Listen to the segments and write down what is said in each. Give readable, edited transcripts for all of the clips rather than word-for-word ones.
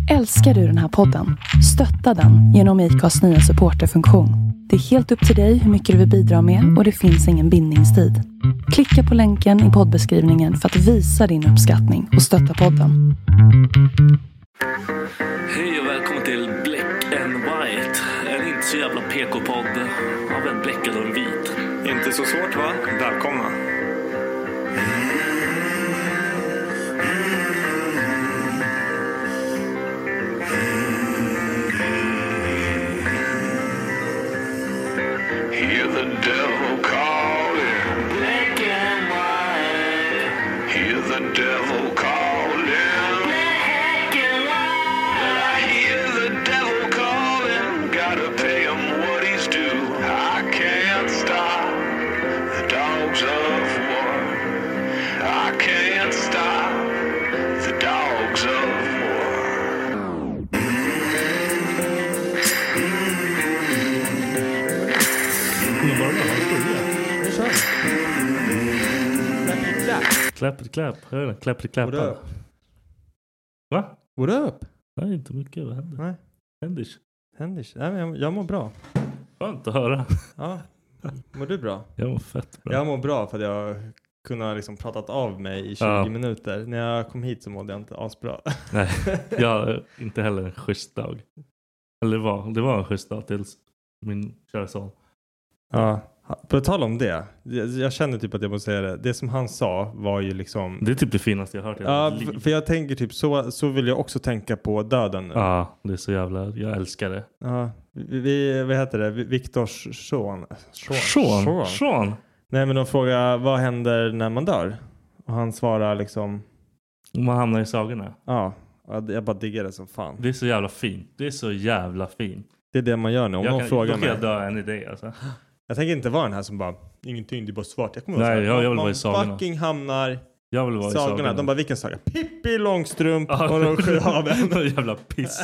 Älskar du den här podden? Stötta den genom IKAs nya supporterfunktion. Det är helt upp till dig hur mycket du vill bidra med och det finns ingen bindningstid. Klicka på länken i poddbeskrivningen för att visa din uppskattning och stötta podden. Hej och välkommen till Black and White. En inte så jävla PK-podd av en bläckad och en vit. Inte så svårt, va? Välkomna. Hear the devil calling, black and white. Hear the devil calling, black and white. I hear the devil calling, gotta pay him what he's due. I can't stop the dogs of war. I can't stop the dogs of war. Clap. Hör du? Clap. What up? Va? What up? Nej, inte mycket. Vad händer? Nej. Händers. Nej, men jag mår bra. Skönt att höra. Ja. Mår du bra? Jag mår fett bra. Jag mår bra för att jag kunde liksom pratat av mig i 20 minuter. När jag kom hit så mådde jag inte asbra. Nej, jag har inte heller en schysst dag. Eller det var en schysst dag tills min kära son. Ja. På att tala om det. Jag känner typ att jag måste säga det. Det som han sa var ju liksom... Det är typ det finaste jag har hört i Ja, mitt liv. för jag tänker typ så vill jag också tänka på döden nu. Ja, det är så jävla... Jag älskar det. Ja, vad heter det? Viktors son. Sean? Nej, men de frågar vad händer när man dör? Och han svarar liksom... Man hamnar i sagorna. Ja, jag bara diggar det som fan. Det är så jävla fint. Det är det man gör nu. Om någon frågar mig. Jag dö en idé alltså. Jag tänker inte vara den här som bara ingenting, det är bara svart. Jag vill vara i sagorna. Man fucking hamnar jag vill vara i sagorna. De bara, vilken saga? Pippi Långstrump och de skjuter av en. Jävla piss.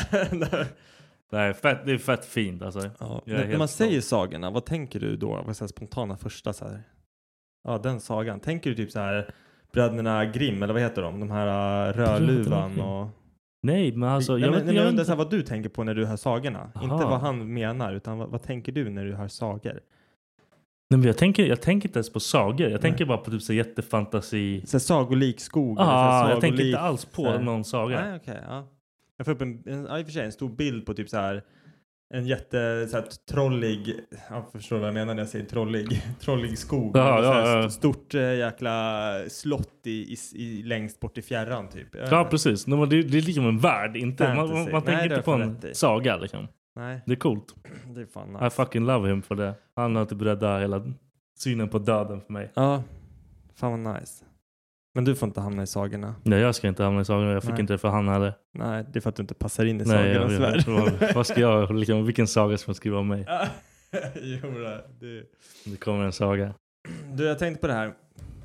Nej, det är fett fint alltså. Ja. När man säger sagorna, vad tänker du då? Vad är spontana första så här? Ja, den sagan. Tänker du typ så här Bröderna Grimm, eller vad heter de? De här Rödluvan och... Nej, men alltså... Jag undrar så här vad du tänker på när du hör sagorna. Aha. Inte vad han menar, utan vad tänker du när du hör sagor? Nej, men jag tänker inte ens på sagor. Jag tänker bara på typ så jättefantasi. Så sagolik skog. Jag tänker inte alls på någon saga. Nej, okej, ja. Jag får upp i och för sig en stor bild på typ så här en jätte så här trollig, jag förstår vad jag menar när jag säger trollig skog. Ja. Stort jäkla slott i längst bort i fjärran typ. Ja, precis. Det är liksom en värld, inte man tänker inte på en saga liksom. Nej. Det är coolt. Det är fan nice. I fucking love him för det. Han har typ räddat hela synen på döden för mig. Ja, fan vad nice. Men du får inte hamna i sagorna. Nej, jag ska inte hamna i sagorna. Jag fick inte det för han hade. Nej, det är för att du inte passar in i sagornas värld. Vad ska jag, liksom, vilken saga ska man skriva om mig? Jo, det kommer en saga. Du, jag tänkte på det här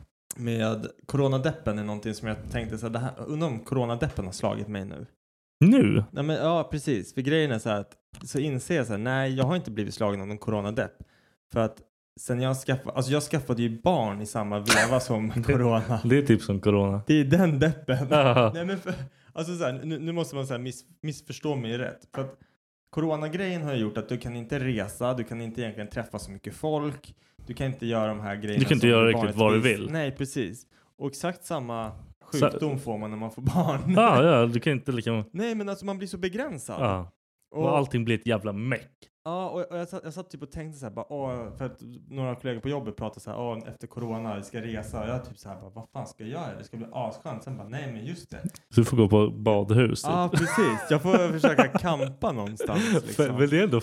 med coronadeppen är någonting som jag tänkte så här, undrar om coronadeppen har slagit mig nu. Nu? Nej, men, ja, precis. För grejen är så här att så inser jag så här, nej, jag har inte blivit slagen av någon coronadepp. För att sen jag skaffade ju barn i samma veva som corona. Det är typ som corona. Det är den deppen. Nej, men alltså så här, nu måste man så här missförstå mig rätt. För att coronagrejen har gjort att du kan inte resa, du kan inte egentligen träffa så mycket folk. Du kan inte göra de här grejerna. Du kan inte göra riktigt vad du vill. Nej, precis. Och exakt samma sjukdom får man när man får barn. Ja, du kan inte liksom... Nej, men alltså man blir så begränsad. Ja. Och allting blir ett jävla meck. Ja, och jag satt typ och tänkte så här bara, för att några kollegor på jobbet pratade så här, efter corona, jag ska resa. Jag typ så här bara, vad fan ska jag göra? Det ska bli asskönt. Sen bara, nej men just det. Så du får gå på badhus. Ja, precis. Jag får försöka kampa någonstans liksom. Men det är ändå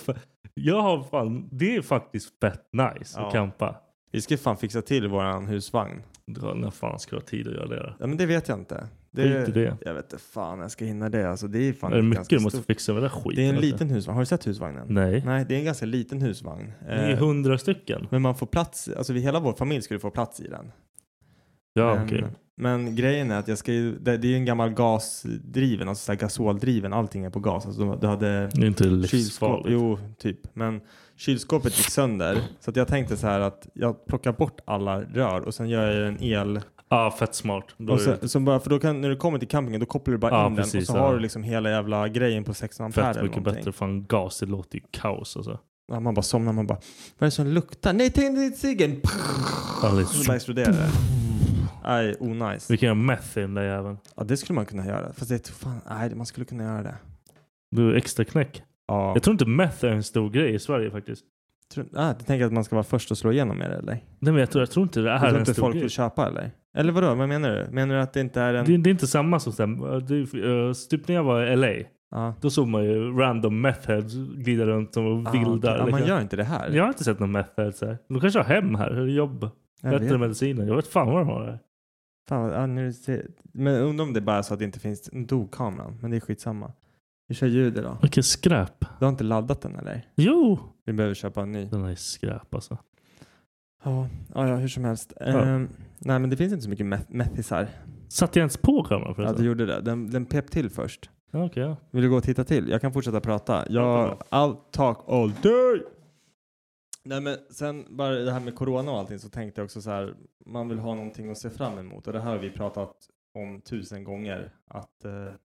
det är faktiskt fett nice att kampa. Vi ska fan fixa till våran husvagn. När fan ska jag ha tid att göra det? Ja, men det vet jag inte. Det. Jag vet inte fan, jag ska hinna det. Alltså, det är fan det mycket du måste fixa med det skit. Det är en liten husvagn. Har du sett husvagnen? Nej. Nej, det är en ganska liten husvagn. Det är 100 stycken. Men man får plats, alltså hela vår familj skulle få plats i den. Ja, okej. Men grejen är att det är en gammal gasdriven, alltså så här gasoldriven, allting är på gas. Alltså du hade det är inte livsfarligt. Jo, typ. Men kylskåpet gick sönder. Så att jag tänkte så här att jag plockar bort alla rör och sen gör jag en Ja, fett smart. Då Och är det så bara, för då kan, när du kommer till campingen då kopplar du bara in precis, den och så ja. har du liksom hela jävla grejen på 16 ampere fett eller mycket någonting. bättre. Fan, gas, det låter ju kaos alltså. Ja, man bara somnar, man bara, vad är det som luktar? Nej, tänk dig ciggen! Ja, det är Så bara exploderar det. Nej, nice. Vi kan göra meth i den där jäveln. Ja, det skulle man kunna göra. Fast det är fan, nej, man skulle kunna göra det. Du är extra knäck. Ja. Jag tror inte meth är en stor grej i Sverige faktiskt. Du tänker att man ska vara först att slå igenom med det, eller? Nej, men jag tror inte det Jag är tror en inte stor folk grej. vill köpa, eller? Eller vadå? Vad menar du? Menar du att det inte är en... Det är inte samma som typ när jag var i LA. Ja. Då såg man ju random methheads glida runt som vilda. Ja, man gör inte det här. Jag har inte sett någon methheads här. De kanske har hem här, jobb. Jag Bättre vet. mediciner. Jag vet fan vad de har här. Fan, ja, nu ser... Men undrar om det är bara så att det inte finns en dog-kameran. Men det är skitsamma. Vi kör ljud idag. Vilken skräp. Du har inte laddat den, eller? Jo! Vi behöver köpa en ny. Den är skräp alltså. Ja, hur som helst. Ja. Nej, men det finns inte så mycket methisar. Satt jag ens på kameran Ja, förresten? du gjorde det. Den pep till först. Ja, okej. Ja. Vill du gå och titta till? Jag kan fortsätta prata. Ja. I'll talk all day! Nej, men sen bara det här med corona och allting så tänkte jag också så här. Man vill ha någonting att se fram emot. Och det här har vi pratat om 1000 gånger. Att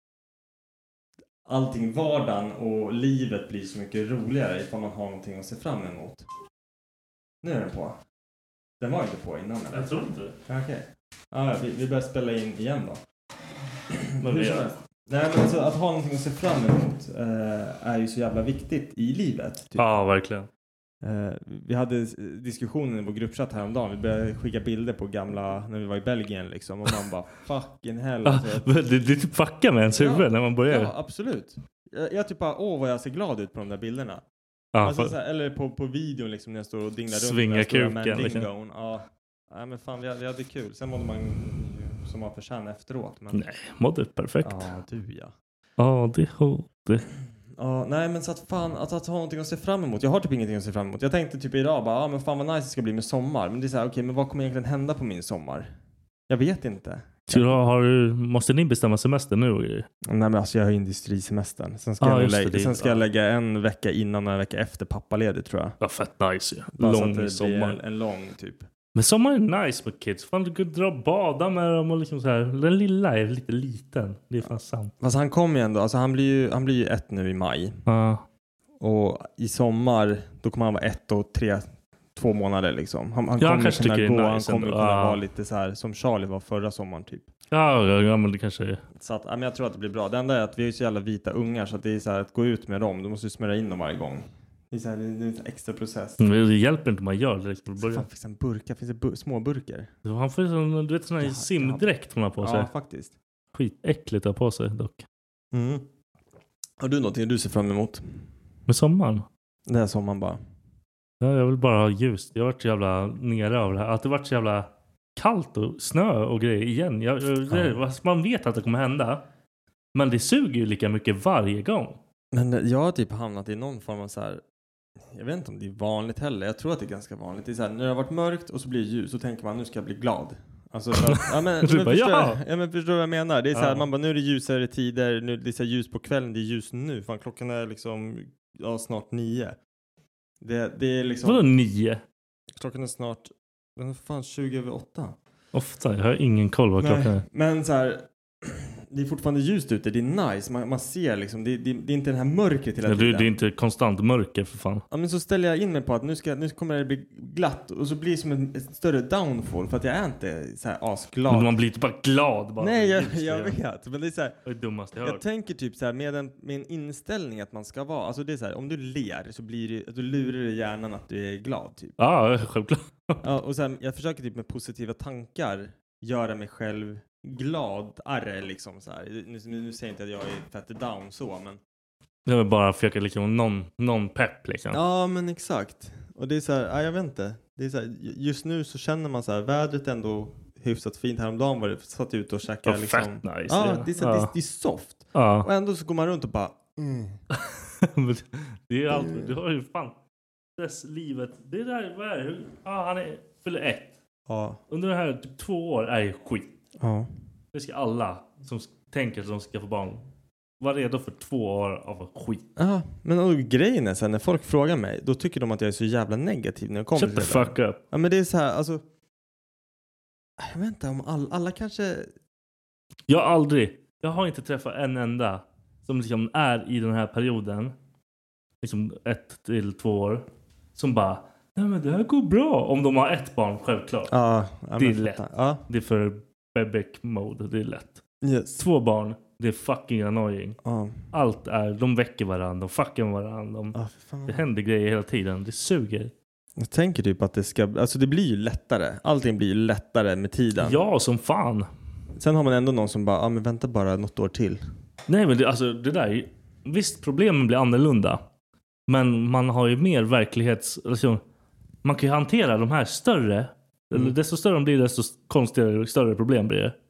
allting, vardagen och livet blir så mycket roligare ifall man har någonting att se fram emot. Nu är den på. Den var inte på innan. Eller? Jag tror inte det. Ja, okej. Ja, vi börjar spela in igen då. Men Hur vi som gör. helst. Nej, men alltså, att ha någonting att se fram emot är ju så jävla viktigt i livet. Typ. Ja, verkligen. Vi hade diskussionen i vår gruppchatt häromdagen. Vi började skicka bilder på gamla, när vi var i Belgien liksom. Och man bara, fucking hell. Alltså, Det typ fuckar med ens huvud när man börjar. ja, absolut. Jag typ bara, vad jag ser glad ut på de där bilderna. Ja, Alltså, så här, eller på videon liksom när jag står och dinglar runt. Svinga med stora kuken, liksom. mandingon. Ja. Nej, men fan, vi hade kul. Sen mådde man som man förtjänar efteråt. Men... Nej, mådde perfekt. Ja, du ja. Ja, det. Ja, nej, men så att fan, att ha någonting att se fram emot. Jag har typ ingenting att se fram emot. Jag tänkte typ idag bara, men fan vad nice det ska bli med sommar. Men det är så här, okej, men vad kommer egentligen hända på min sommar? Jag vet inte. Måste ni bestämma semester nu? Nej, men alltså jag har industrisemestern. Sen ska, sen ska jag lägga en vecka innan och en vecka efter pappaledig, tror jag. Ja, fett nice ju. Bara så att Lång det sommar. blir en lång typ. Men sommar är nice med kids. Fan, du kan dra och bada med dem och liksom så här. Den lilla är lite liten. Det är fan sant. Fast han kommer ju ändå, alltså han blir ju 1 nu i maj. Ja. Och i sommar, då kommer han vara 1 och 2 månader liksom. Han Ja, kommer kanske kunna tycker gå, det är han nice kommer ändå. kunna Ja. vara lite så här som Charlie var förra sommaren typ. Ja, men det kanske är. Så att, ja, men jag tror att det blir bra. Det enda är att vi är så jävla vita ungar så att det är så här att gå ut med dem. Du måste ju smörja in dem varje gång. Det är så här, det är en extra process. Det hjälper inte om man gör direkt från Så början. fan, finns det burkar? Finns det små burkar? Han får ju du vet sån här Ja, simdräkt man har på sig. Ja, faktiskt. Skitäckligt att ha på sig dock. Mm. Har du någonting du ser fram emot? Med sommaren? Det är sommaren bara. Ja, jag vill bara ha ljus. Jag har varit så jävla nere av det här. Att det varit så jävla kallt och snö och grejer igen. Man vet att det kommer hända. Men det suger ju lika mycket varje gång. Men jag har typ hamnat i någon form av så här. Jag vet inte om det är vanligt heller. Jag tror att det är ganska vanligt. Det är så här, när det har varit mörkt och så blir det ljus. Så tänker man, nu ska jag bli glad. Alltså, för att, ja, men Du bara, ja. förstår du vad jag menar? Det är så här, Ja. man bara, nu är det ljusare tider. Nu, det är så här ljus på kvällen. Det är ljus nu. Fan, klockan är liksom snart 9. Det är liksom... Vadå 9? Klockan är snart... Den är fan 20:08. Ofta, jag har ingen koll vad klockan är. Men så här... Det är fortfarande ljust ute, det är nice. Man ser liksom, det är inte den här mörkret hela tiden. Det är inte konstant mörker för fan. Ja, men så ställer jag in mig på att nu kommer det bli glatt. Och så blir det som en större downfall. För att jag är inte så här asglad. Men man blir inte bara glad. Bara. Nej, jag vet. Men det är så här, Det är det dummaste jag jag hört. tänker typ så här med en inställning att man ska vara. Alltså det är så här, om du ler så blir det, du lurar i hjärnan att du är glad typ. Ja, självklart. Ja, och sen jag försöker typ med positiva tankar göra mig själv gladare liksom så här. Nu säger jag inte att jag är fett down så, men Jag vill bara försöka liksom någon pepp liksom. ja, men exakt. Och det är så här, ja, jag vet inte. Det är så här, just nu så känner man så här, vädret är ändå hyfsat fint. Häromdagen var det satt ut och käkade liksom. Fett nice. Ja, det är så här, det är soft. Ja. Och ändå så går man runt och bara Men det är allt. Du har ju fan dess livet. Det där, vad är det? Han fyller 1. ja. Under det här typ 2 år är ju skit. Ja. Det ska alla som tänker att de ska få barn vara redo för 2 år av skit. Ja, men och grejen är sen när folk frågar mig, då tycker de att jag är så jävla negativ när jag kommer Shut the till det. fuck up. Ja, men det är så här, alltså Jag vet inte om alla kanske... Jag har inte träffat en enda som liksom är i den här perioden, liksom 1 till 2 år, som bara, nej men det här går bra. Om de har ett barn, självklart. Ja, det är lätt. Ja. Det är för bebek mode, det är lätt. Yes. 2 barn, det är fucking annoying. Ja. Allt är, de väcker varandra, de fuckar med varandra. Det händer grejer hela tiden, det suger. Jag tänker typ att det ska, alltså det blir ju lättare. Allting blir ju lättare med tiden. Ja, som fan. Sen har man ändå någon som bara, men vänta bara något år till. Nej, men det där, visst problemen blir annorlunda. Men man har ju mer alltså, man kan ju hantera de här större. Eller desto större de blir, desto konstigare och större problem blir det.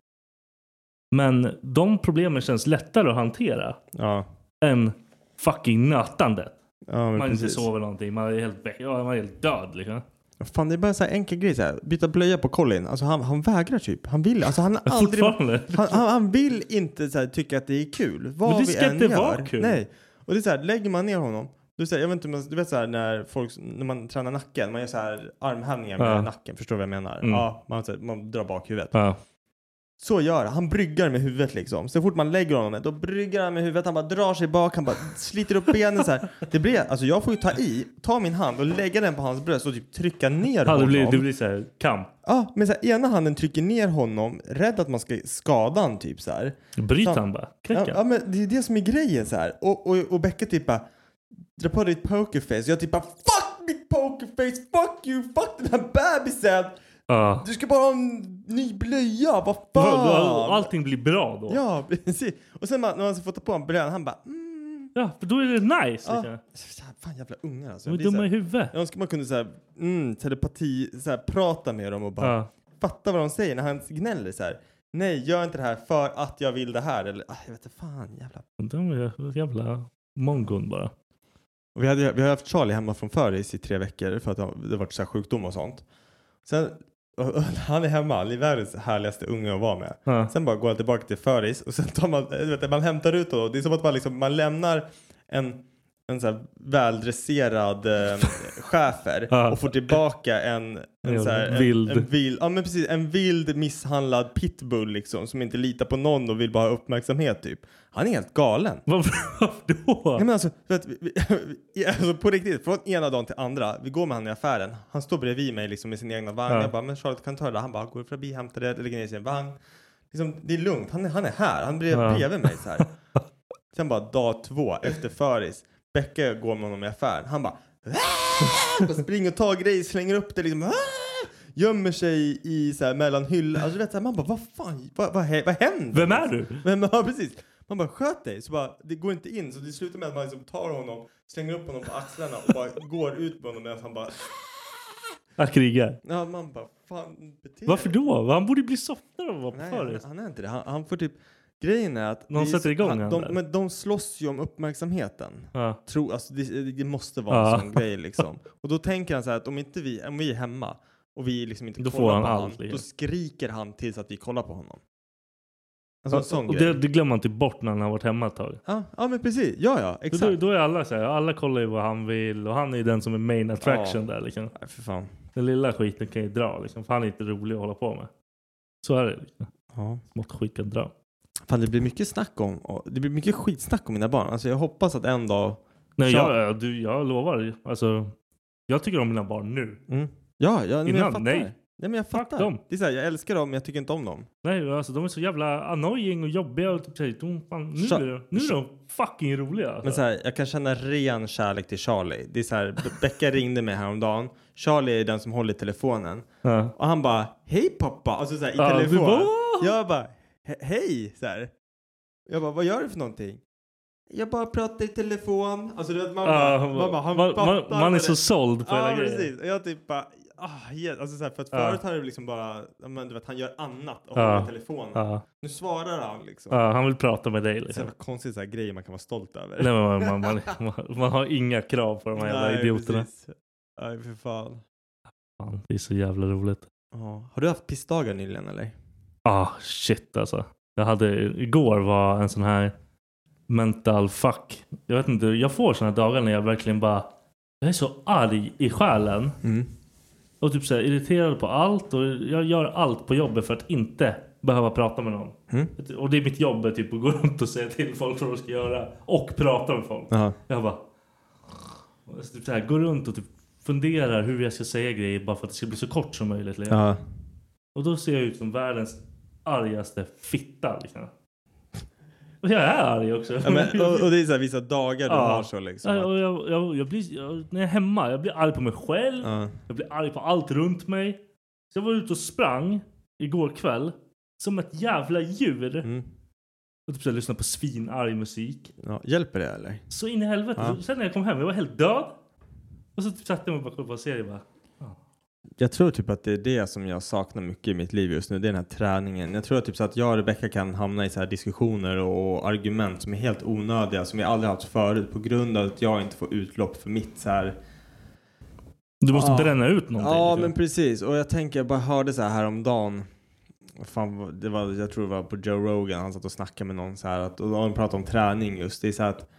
Men de problemen känns lättare att hantera. Ja. Än fucking nötandet. Ja, men man precis. inte sover någonting. Man är helt död liksom. Fan, det är bara så här enkel grej så här. Byta blöja på Colin. Alltså han vägrar typ. Han vill, alltså han aldrig, han vill inte så här, tycka att det är kul. Vad men det vi ska än inte gör. vara kul. Nej. Och det är så här, lägger man ner honom. Jag vet inte, du vet så här när man tränar nacken, man gör så här armhävningar med nacken, förstår du vad jag menar? Ja, man drar bak huvudet. Ja. Så gör han bryggar med huvudet liksom. Så fort man lägger honom, då bryggar han med huvudet. Han bara drar sig bak, han bara sliter upp benen så här. Det blir, alltså jag får ju ta min hand och lägga den på hans bröst och typ trycka ner honom. Det blir så här kamp. Ja, men så här, ena handen trycker ner honom, rädd att man ska skada han typ så här. Bryter han bara. Ja, men det är det som är grejen så här. Och Becka typ bara, dra på ditt pokerface. Jag typ bara, fuck mitt pokerface, fuck you, fuck den här bebisen. Du ska bara ha en ny blöja, vad fan. Allting blir bra då. Ja, precis. Och sen när man får ta på en blöja, han bara ja, för då är det nice. Ja. Fan, jävla ungar alltså. De är dumma i huvudet. Jag önskar man kunde så här, telepati, så här, prata med dem och bara fatta vad de säger när han gnäller så här. Nej, gör inte det här för att jag vill det här. Eller, jag vet inte, fan, jävla. De är jävla mongon bara. Och vi har haft Charlie hemma från föris i 3 veckor för att det varit så här sjukdom och sånt. Sen, han är hemma, han är världens härligaste unge att vara med. Sen bara går han tillbaka till föris och sen tar man hämtar ut och det är som att man lämnar en så här väldresserad schäfer och får tillbaka en vild misshandlad pitbull liksom, som inte litar på någon och vill bara ha uppmärksamhet typ. Han är helt galen. Varför då? Ja, men alltså, för att alltså på riktigt, från ena dagen till andra, vi går med han i affären. Han står bredvid mig liksom med sin egna vagn. Jag bara, men Charlotte kan ta det där. Han bara, går förbi, hämtar det, lägger ner sin vagn. Liksom, det är lugnt, han är här. Han bredvid mig så här. Sen bara dag 2 efter föris, Becka går med honom i affären. Han bara springer och tar grejer, slänger upp det liksom, gömmer sig i så här mellan hyllor. Alltså vet man bara, vad fan, vad händer? Vem är du? Ja, precis. Man bara, sköt dig. Så bara, det går inte in. Så det slutar med att man liksom tar honom, slänger upp honom på axlarna och bara går ut på honom medan han bara att kriga. Ja, man bara, fan, varför då? Han borde bli softare av att vara på föris. Han är inte det. Han får typ, grejen är att någon sätter igång de slåss ju om uppmärksamheten. Alltså, det måste vara en sån grej liksom. Och då tänker han så här att om vi är hemma och vi liksom inte kollar på honom, då skriker han tills att vi kollar på honom. Alltså, och det glömmer man inte bort när han har varit hemma ett tag. Ja, men precis. Ja, exakt. Då är alla så här, alla kollar ju vad han vill och han är ju den som är main attraction där liksom. Nej, för fan. Den lilla skiten kan ju dra liksom, för han är inte rolig att hålla på med. Så är det liksom. Ja. Smått skit kan dra. Fan, det blir mycket snack om, det blir mycket skitsnack om mina barn. Alltså jag hoppas att en dag. Nej, jag lovar. Alltså, jag tycker om mina barn nu. Ja, jag fattar. Nej, men jag fattar. Dem. Det är så här, jag älskar dem men jag tycker inte om dem. Nej, alltså de är så jävla annoying och jobbiga och typ säger nu är de fucking roliga. Alltså. Men så här, jag kan känna ren kärlek till Charlie. Det är så här, Becka ringde mig häromdagen. Charlie är den som håller telefonen. Och han bara, hej pappa. Alltså så här, i telefon. Jag bara, hej så här. Jag bara, vad gör du för någonting? Jag bara pratar i telefon. Alltså du vet, man är så såld på hela grejen. Precis. Och jag typ bara, alltså så här, för att förut har det liksom bara, men du vet, han gör annat och håller telefonen. Nu svarar han liksom. Han vill prata med dig liksom. Så jävla konstigt så här grejer man kan vara stolt över. Nej, man har inga krav på de här jävla idioterna. Precis. Nej, för fan. Det är så jävla roligt. Har du haft pissdagar nyligen eller? Shit alltså. Igår var en sån här mental fuck. Jag vet inte, jag får såna dagar när jag verkligen bara, jag är så arg i själen. Och typ så här, irriterad på allt. Och jag gör allt på jobbet för att inte behöva prata med någon. Och det är mitt jobb typ, att gå runt och säga till folk vad de ska göra. Och prata med folk. Jag bara typ så här, går runt och typ funderar hur jag ska säga grejer bara för att det ska bli så kort som möjligt. Och då ser jag ut som världens argaste fitta liksom. Och jag är arg också. Ja, men, och det är så här, vissa dagar du har så liksom. Och jag blir, när jag är hemma, jag blir arg på mig själv. Jag blir arg på allt runt mig. Så jag var ute och sprang igår kväll som ett jävla djur. Och typ så jag lyssnade på svinarg musik. Ja, hjälper det eller? Så in i helvete. Sen när jag kom hem, jag var helt död. Och så typ satt jag mig bara på en serie bara. Jag tror typ att det är det som jag saknar mycket i mitt liv just nu. Det är den här träningen. Jag tror typ så att jag och Rebecca kan hamna i så här diskussioner och argument som är helt onödiga. Som vi aldrig haft förut. På grund av att jag inte får utlopp för mitt så här. Du måste bränna ut någonting. Ja, men precis. Och jag tänker, jag bara hörde så här om dagen. Fan, jag tror det var på Joe Rogan. Han satt och snackade med någon så här. Och de pratade om träning just. Det är så här att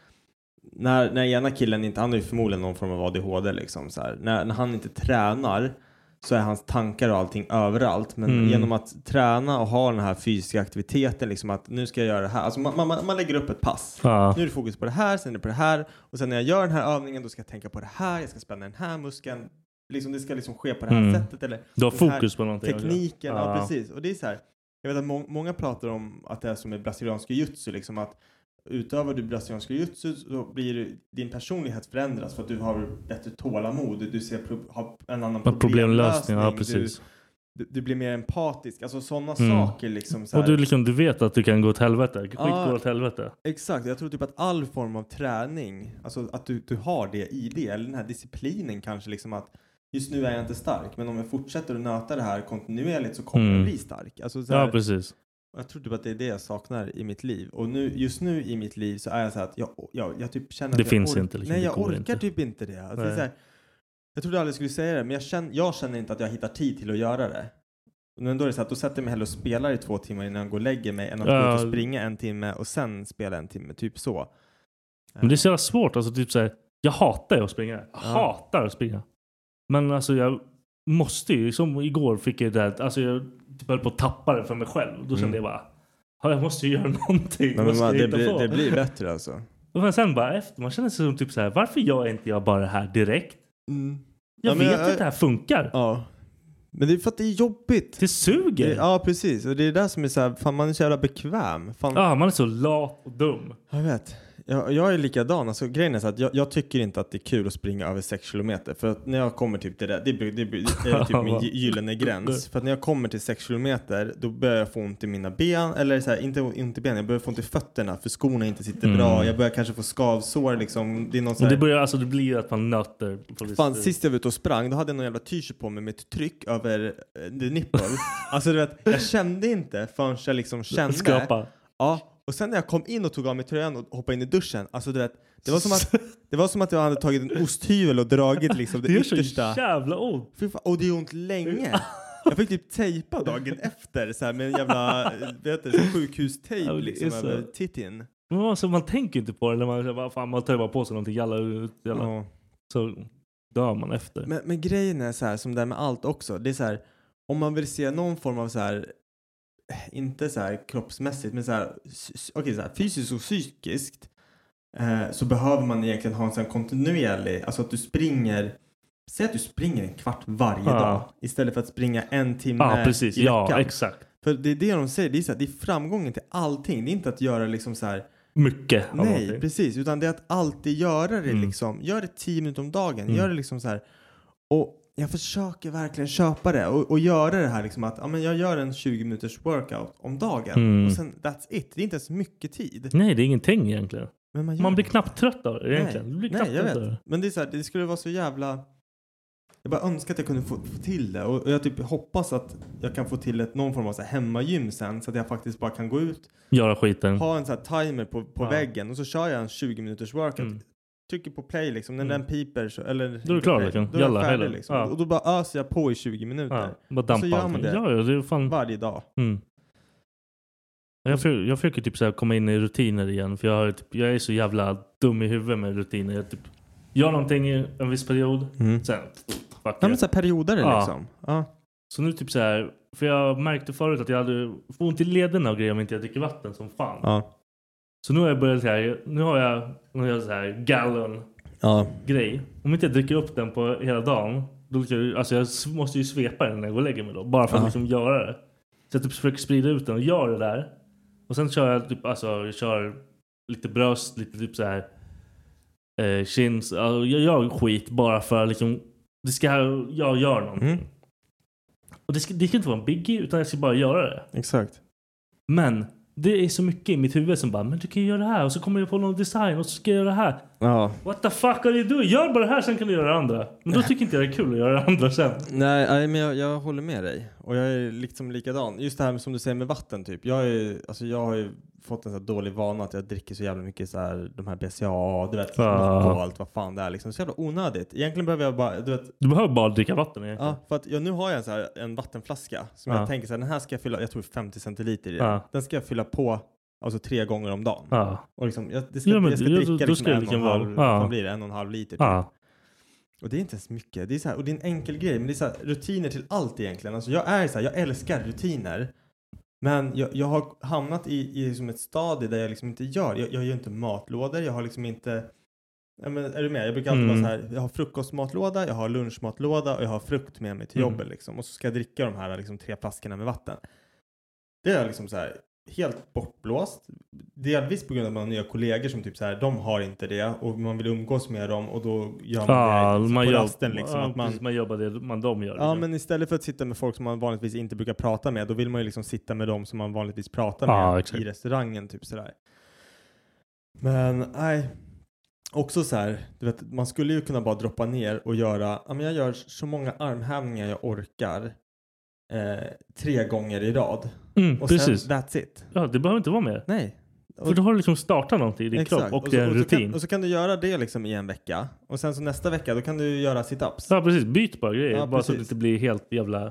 när ena killen inte, han har ju förmodligen någon form av ADHD liksom så här. När han inte tränar så är hans tankar och allting överallt. Men genom att träna och ha den här fysiska aktiviteten liksom att nu ska jag göra det här. Alltså man lägger upp ett pass. Nu är det fokus på det här, sen är det på det här. Och sen när jag gör den här övningen då ska jag tänka på det här. Jag ska spänna den här muskeln. Liksom, det ska liksom ske på det här sättet. Eller du har fokus på någonting. Tekniken, ja precis. Och det är så här, jag vet att många pratar om att det är som med brasiliansk jiu-jitsu liksom att utöver du brasiliansk jiu-jitsu så blir din personlighet förändras för att du har bättre tålamod, du har en annan problemlösning. Ja, precis. Du blir mer empatisk, alltså sådana saker liksom så här. Och du vet att du kan gå åt helvete. Skit går åt helvete. Exakt, jag tror typ att all form av träning, alltså att du har det i det, eller den här disciplinen kanske liksom att just nu är jag inte stark, men om jag fortsätter att nöta det här kontinuerligt så kommer jag bli stark. Alltså så här, ja, precis. Jag tror typ att det är det jag saknar i mitt liv. Och just nu i mitt liv så är jag så här att jag typ känner det att finns inte. Liksom, nej, jag orkar inte. Typ inte det. Alltså, det är så här, jag trodde aldrig skulle säga det, men jag känner inte att jag hittar tid till att göra det. Men då är det så att då sätter jag mig hellre och spelar i 2 timmar innan jag går och lägger mig än att gå ut och springa 1 timme och sen spela 1 timme, typ så. Men det är så jävla svårt, alltså typ så här, jag hatar att springa. Jag hatar att springa. Men alltså jag måste ju, som igår fick jag det, alltså jag typ höll på att tappa det för mig själv. Då kände jag bara, jag måste ju göra någonting. Men det blir bättre alltså. Men sen bara efter, man känner sig som typ så här, varför gör inte jag bara det här direkt? Jag vet att det här funkar. Ja. Men det är för att det är jobbigt. Det suger. Ja, precis. Och det är det som är så här, fan man är så jävla bekväm. Fan. Ja, man är så lat och dum. Jag vet. Jag är likadan. Alltså, grejen är så att jag tycker inte att det är kul att springa över 6 kilometer. För att när jag kommer typ till det är typ min gyllene gräns. För att när jag kommer till 6 kilometer då börjar jag få ont i mina ben. Eller så här, inte ont i benen, jag börjar få ont i fötterna. För skorna inte sitter bra. Jag börjar kanske få skavsår liksom. Det är någon så här... det blir att man nöter. Fan, sist jag var ute och sprang då hade jag någon jävla t-shirt på mig med ett tryck över the nipple. Alltså du vet, jag kände inte förrän jag liksom kände. Skrapa. Ja. Och sen när jag kom in och tog av mig tröjan och hoppade in i duschen, alltså du vet, det var som att jag hade tagit en osthyvel och dragit liksom det yttersta. Det är så jävla ont. Och det är ont länge. Jag fick typ tejpa dagen efter så här, med en jävla sjukhustejp liksom över tittin. Men alltså, man tänker inte på det när man tar bara på sig någonting jävla. Så dör man efter. Men grejen är så här, som det är med allt också, det är så här, om man vill se någon form av så här, inte så här kroppsmässigt, men så här, så här fysiskt och psykiskt, så behöver man egentligen ha en sån kontinuerlig, alltså att du springer, säg att du springer 1 kvart varje dag istället för att springa 1 timme precis. i veckan. Ja, exakt. För det är det de säger, det är så här, det är framgången till allting, det är inte att göra liksom så här mycket. Nej, precis, utan det är att alltid göra det liksom, gör det 10 minuter om dagen, gör det liksom så här. Och jag försöker verkligen köpa det och göra det här liksom att men jag gör en 20 minuters workout om dagen och sen that's it. Det är inte ens mycket tid. Nej, det är ingenting egentligen. Men man blir knappt trött av det egentligen. Nej, jag vet. Men det är så här, det skulle vara så jävla... Jag bara önskar att jag kunde få till det. Och jag typ hoppas att jag kan få till någon form av så här hemmagym sen. Så att jag faktiskt bara kan gå ut. Göra skiten. Ha en så här timer på väggen. Och så kör jag en 20 minuters workout. Trycker på play liksom. När den piper så, eller... Då är du klar liksom. Då är jag färdig liksom. Och då bara öser jag på i 20 minuter. Bara dampa. Så gör man det, det är fan... varje dag. Jag försöker typ så här komma in i rutiner igen. För jag är så jävla dum i huvudet med rutiner. Jag gör någonting i en viss period. Sen fuck Ja, men it. så här perioder Ja. liksom. Ja. Så nu typ så här, för jag märkte förut att jag hade får ont i lederna och grejer om inte jag dricker vatten som fan. Ja. Så nu har jag börjat så här, nu har jag så här gallon Ja. grej. Om inte jag dricker upp den på hela dagen, då alltså jag måste ju svepa den när jag går och lägger mig då, bara för att liksom göra det. Så jag typ försöker sprida ut den och gör det där. Och sen kör jag typ, alltså jag kör lite bröst, lite typ så här chins. Jag gör skit bara för liksom, jag gör någonting. Mm. Och det ska inte vara en biggie, utan jag ska bara göra det. Exakt. Men det är så mycket i mitt huvud som bara, men du kan ju göra det här. Och så kommer jag på någon design och så ska jag göra det här. Ja. What the fuck are you doing? Gör bara det här, sen kan du göra det andra. Men då tycker inte jag det är kul att göra det andra sen. Nej, men jag håller med dig. Och jag är liksom likadan. Just det här som du säger med vatten typ. Jag har ju fått en så här dålig vana att jag dricker så jävla mycket så här, de här BCA, du vet, och allt vad fan det är liksom. Så jävla onödigt. Egentligen behöver jag bara, Du behöver bara dricka vatten egentligen. Ja, för att nu har jag en vattenflaska som jag tänker så här, den här ska jag fylla, jag tror 50 centiliter i den. Den ska jag fylla på alltså 3 gånger om dagen. Och liksom, det ska dricka liksom 1,5 liter. Typ. Och det är inte ens mycket. Det är så här, och det är en enkel grej, men det är så här, rutiner till allt egentligen. Alltså jag älskar rutiner. Men jag har hamnat i som ett stadie där jag liksom inte gör. Jag gör inte matlådor, jag har liksom inte. Ja, men är du med? Jag brukar alltid vara så här, jag har frukostmatlåda, jag har lunchmatlåda och jag har frukt med mig till jobbet liksom. Och så ska jag dricka de här liksom 3 flaskorna med vatten. Det är liksom så här helt bortblåst. Delvis på grund av att man har nya kollegor som typ så här, de har inte det och man vill umgås med dem och då gör man det på rasten liksom. Att man jobbar det de gör. Ja, men istället för att sitta med folk som man vanligtvis inte brukar prata med, då vill man ju liksom sitta med dem som man vanligtvis pratar med i restaurangen typ sådär. Men nej. Också så här, du vet, man skulle ju kunna bara droppa ner och göra, ja men jag gör så många armhävningar jag orkar 3 gånger i rad. Och precis. Sen, that's it. Ja, det behöver inte vara mer. Nej. För då har du liksom startat någonting i din kropp och det är en rutin. Och så kan du göra det liksom i en vecka. Och sen så nästa vecka, då kan du göra sit-ups. Ja, precis. Byt bara grejer. Ja, bara så att det inte blir helt jävla...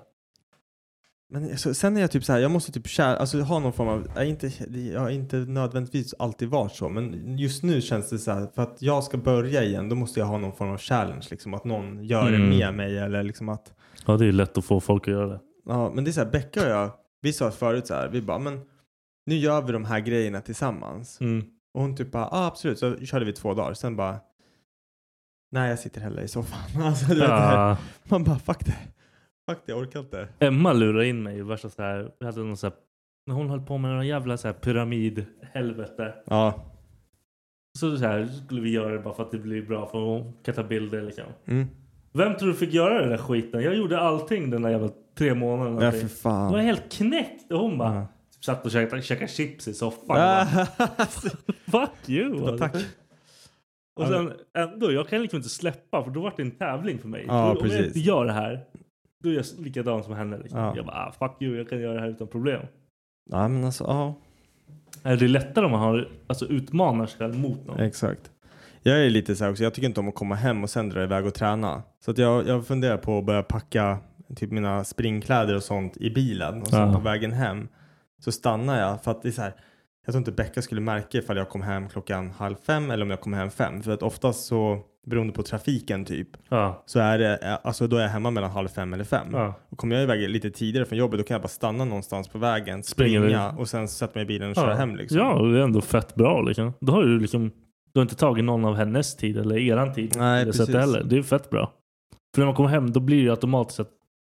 Men sen är jag typ så här, jag måste typ ha någon form av, jag har inte nödvändigtvis alltid varit så, men just nu känns det så här, för att jag ska börja igen, då måste jag ha någon form av challenge liksom, att någon gör det med mig eller liksom att. Ja, det är lätt att få folk att göra det. Ja, men det är så här, Becka och jag, vi sa förut så här, vi bara, men nu gör vi de här grejerna tillsammans. Och hon typ bara, absolut, så körde vi 2 dagar, sen bara, nej jag sitter heller i soffan. Alltså, du vet det här, man bara, fuck det, jag orkar inte. Emma lurade in mig i värsta så här, jag hade någon så här, när hon höll på med någon jävla så här pyramidhelvete. Ja. Så här skulle vi göra det bara för att det blir bra, för hon kan ta bilder liksom. Vem tror du fick göra den där skiten? Jag gjorde allting den där jävla 3 månaderna. Ja, för fan. Det var helt knäckt. Och hon bara typ satt och käkade chips i soffan. Fuck you. Bara, tack. Och sen ändå, jag kan liksom inte släppa, för då var det en tävling för mig. Ja, om precis. jag inte gör det här, då är jag likadan som henne. Liksom. Ja. Jag bara, fuck you, jag kan göra det här utan problem. Ja, men alltså, ja. Det är lättare om man har, alltså, utmanar sig själv mot någon. Exakt. Jag är lite så här också, jag tycker inte om att komma hem och sen dra iväg och träna. Så att jag funderar på att börja packa typ mina springkläder och sånt i bilen. Och sen på vägen hem så stannar jag, för att det är så här, jag tror inte Becka skulle märka ifall jag kom hem 4:30 eller om jag kom hem 5. För att oftast så, beroende på trafiken typ, så är det, alltså då är jag hemma mellan 4:30 eller 5. Och kommer jag iväg lite tidigare från jobbet, då kan jag bara stanna någonstans på vägen, springa och sen sätta mig i bilen och köra hem liksom. Ja, det är ändå fett bra liksom. Då har du liksom, du har inte tagit någon av hennes tid eller eran tid. Nej, precis. Heller. Det är fett bra. För när man kommer hem, då blir det automatiskt att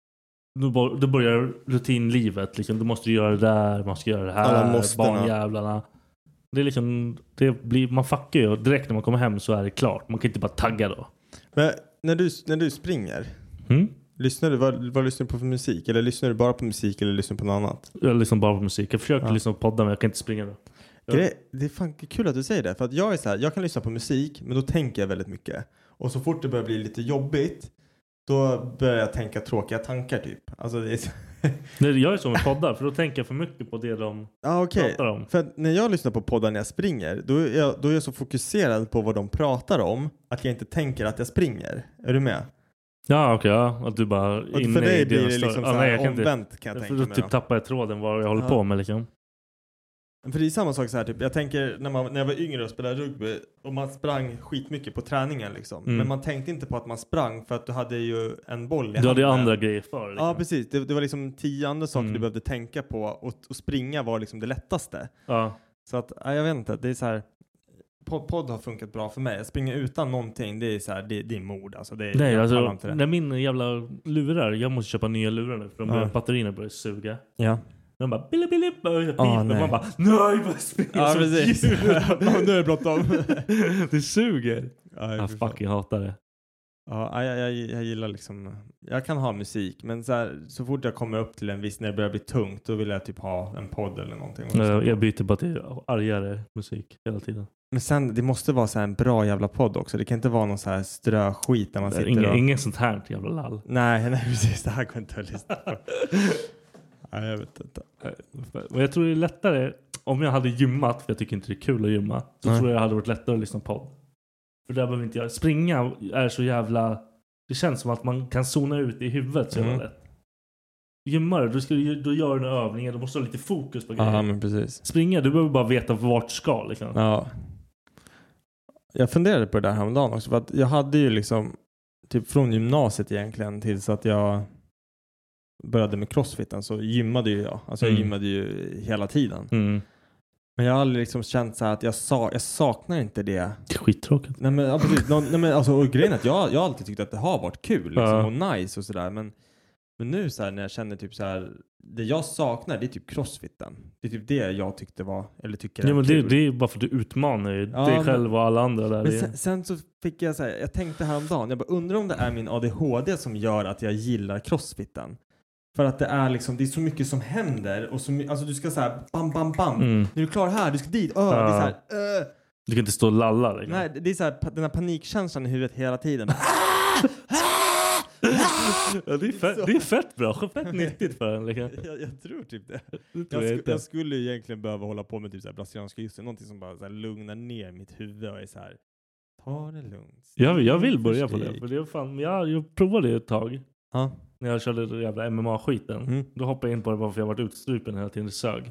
då börjar rutinlivet liksom. Du måste göra det där, man ska göra det här, barnjävlarna. Det är liksom, man fuckar ju direkt när man kommer hem, så är det klart. Man kan inte bara tagga då. Men när du springer, lyssnar du, vad lyssnar du på för musik? Eller lyssnar du bara på musik eller lyssnar du på något annat? Jag lyssnar bara på musik. Jag försöker lyssna på poddar, men jag kan inte springa då. Det är fan kul att du säger det. För att jag är så här, jag kan lyssna på musik, men då tänker jag väldigt mycket. Och så fort det börjar bli lite jobbigt, då börjar jag tänka tråkiga tankar typ. Alltså det är så. Jag är så med poddar, för då tänker jag för mycket på det de pratar om. För när jag lyssnar på poddar när jag springer, då är jag så fokuserad på vad de pratar om att jag inte tänker att jag springer. Är du med? Ja, okej. Att du bara inne för dig i blir det liksom så här omvänt, kan jag tänka mig. För då typ tappar jag tråden vad jag håller på med liksom. För det är samma sak så här typ. Jag tänker när jag var yngre och spelade rugby och man sprang skitmycket på träningen liksom. Men man tänkte inte på att man sprang för att du hade ju en boll i handen. Du hade ju andra grejer för. Liksom. Ja, precis. Det var liksom 10 andra saker du behövde tänka på och springa var liksom det lättaste. Ja. Så att jag vet inte, det är så här. Podd har funkat bra för mig. Jag springer utan någonting, det är så här, det är mod alltså. Nej, alltså när min jävla lurar, jag måste köpa nya lurar nu för batterierna börjar suga. Ja. De bara billy man bara nej vad spelar ja, precis. Nu är det bråttom. Det suger. Ja, jag fucking hatar det. Ja, jag gillar liksom, jag kan ha musik, men så fort jag kommer upp till en viss, när det börjar bli tungt, då vill jag typ ha en podd eller någonting. Jag byter bara till argare musik hela tiden. Men sen, det måste vara så här en bra jävla podd också. Det kan inte vara någon så här ströskit när man sitter ingen sånt här jävla lall. Nej, precis. Det här går inte att lyssna på. Nej, jag vet inte. Och jag tror det är lättare om jag hade gymmat, för jag tycker inte det är kul att gymma, så tror jag det hade varit lättare att lyssna på podd. För där behöver inte jag springa, är så jävla, det känns som att man kan zona ut i huvudet så jävla lätt. Gymmare, då gör du en övning, du måste ha lite fokus på grejer. Ja, men precis. Springa, du behöver bara veta vart du ska liksom. Ja. Jag funderade på det där häromdagen också, för att jag hade ju liksom typ från gymnasiet egentligen tills att jag började med crossfiten, så gymmade ju jag. Alltså jag gymmade ju hela tiden. Men jag har aldrig liksom känt så här att jag saknar inte det. Det är skittråkigt. Nej men absolut. Nej, men alltså, och grejen är att jag har alltid tyckt att det har varit kul liksom, och nice och sådär. Men nu så här, när jag känner typ så här, det jag saknar, det är typ crossfiten. Det är typ det jag tyckte var, eller tycker är men kul. Det är bara för att du utmanar ju dig själv och alla andra där. Men sen så fick jag så här, jag tänkte häromdagen, jag bara undrar om det är min ADHD som gör att jag gillar crossfiten. För att det är liksom, det är så mycket som händer och så, alltså du ska så här bam bam bam. Nu är du klar här, du ska dit. Det är så här, Du kan inte stå och lalla liksom. Nej, det är så här, den här panikkänslan i huvudet hela tiden. Ja, det är fett bra, fett nyttigt för en liksom. Jag tror typ det. Jag skulle egentligen behöva hålla på med typ så här brasilianska just, någonting som bara så här lugnar ner mitt huvud och är så här, ta det lugnt. Jag vill börja på det, för det är fan, jag provade det ett tag. Ja. När jag körde det jävla MMA-skiten. Då hoppade jag in på det bara för jag varit utstrupen hela tiden, det sög.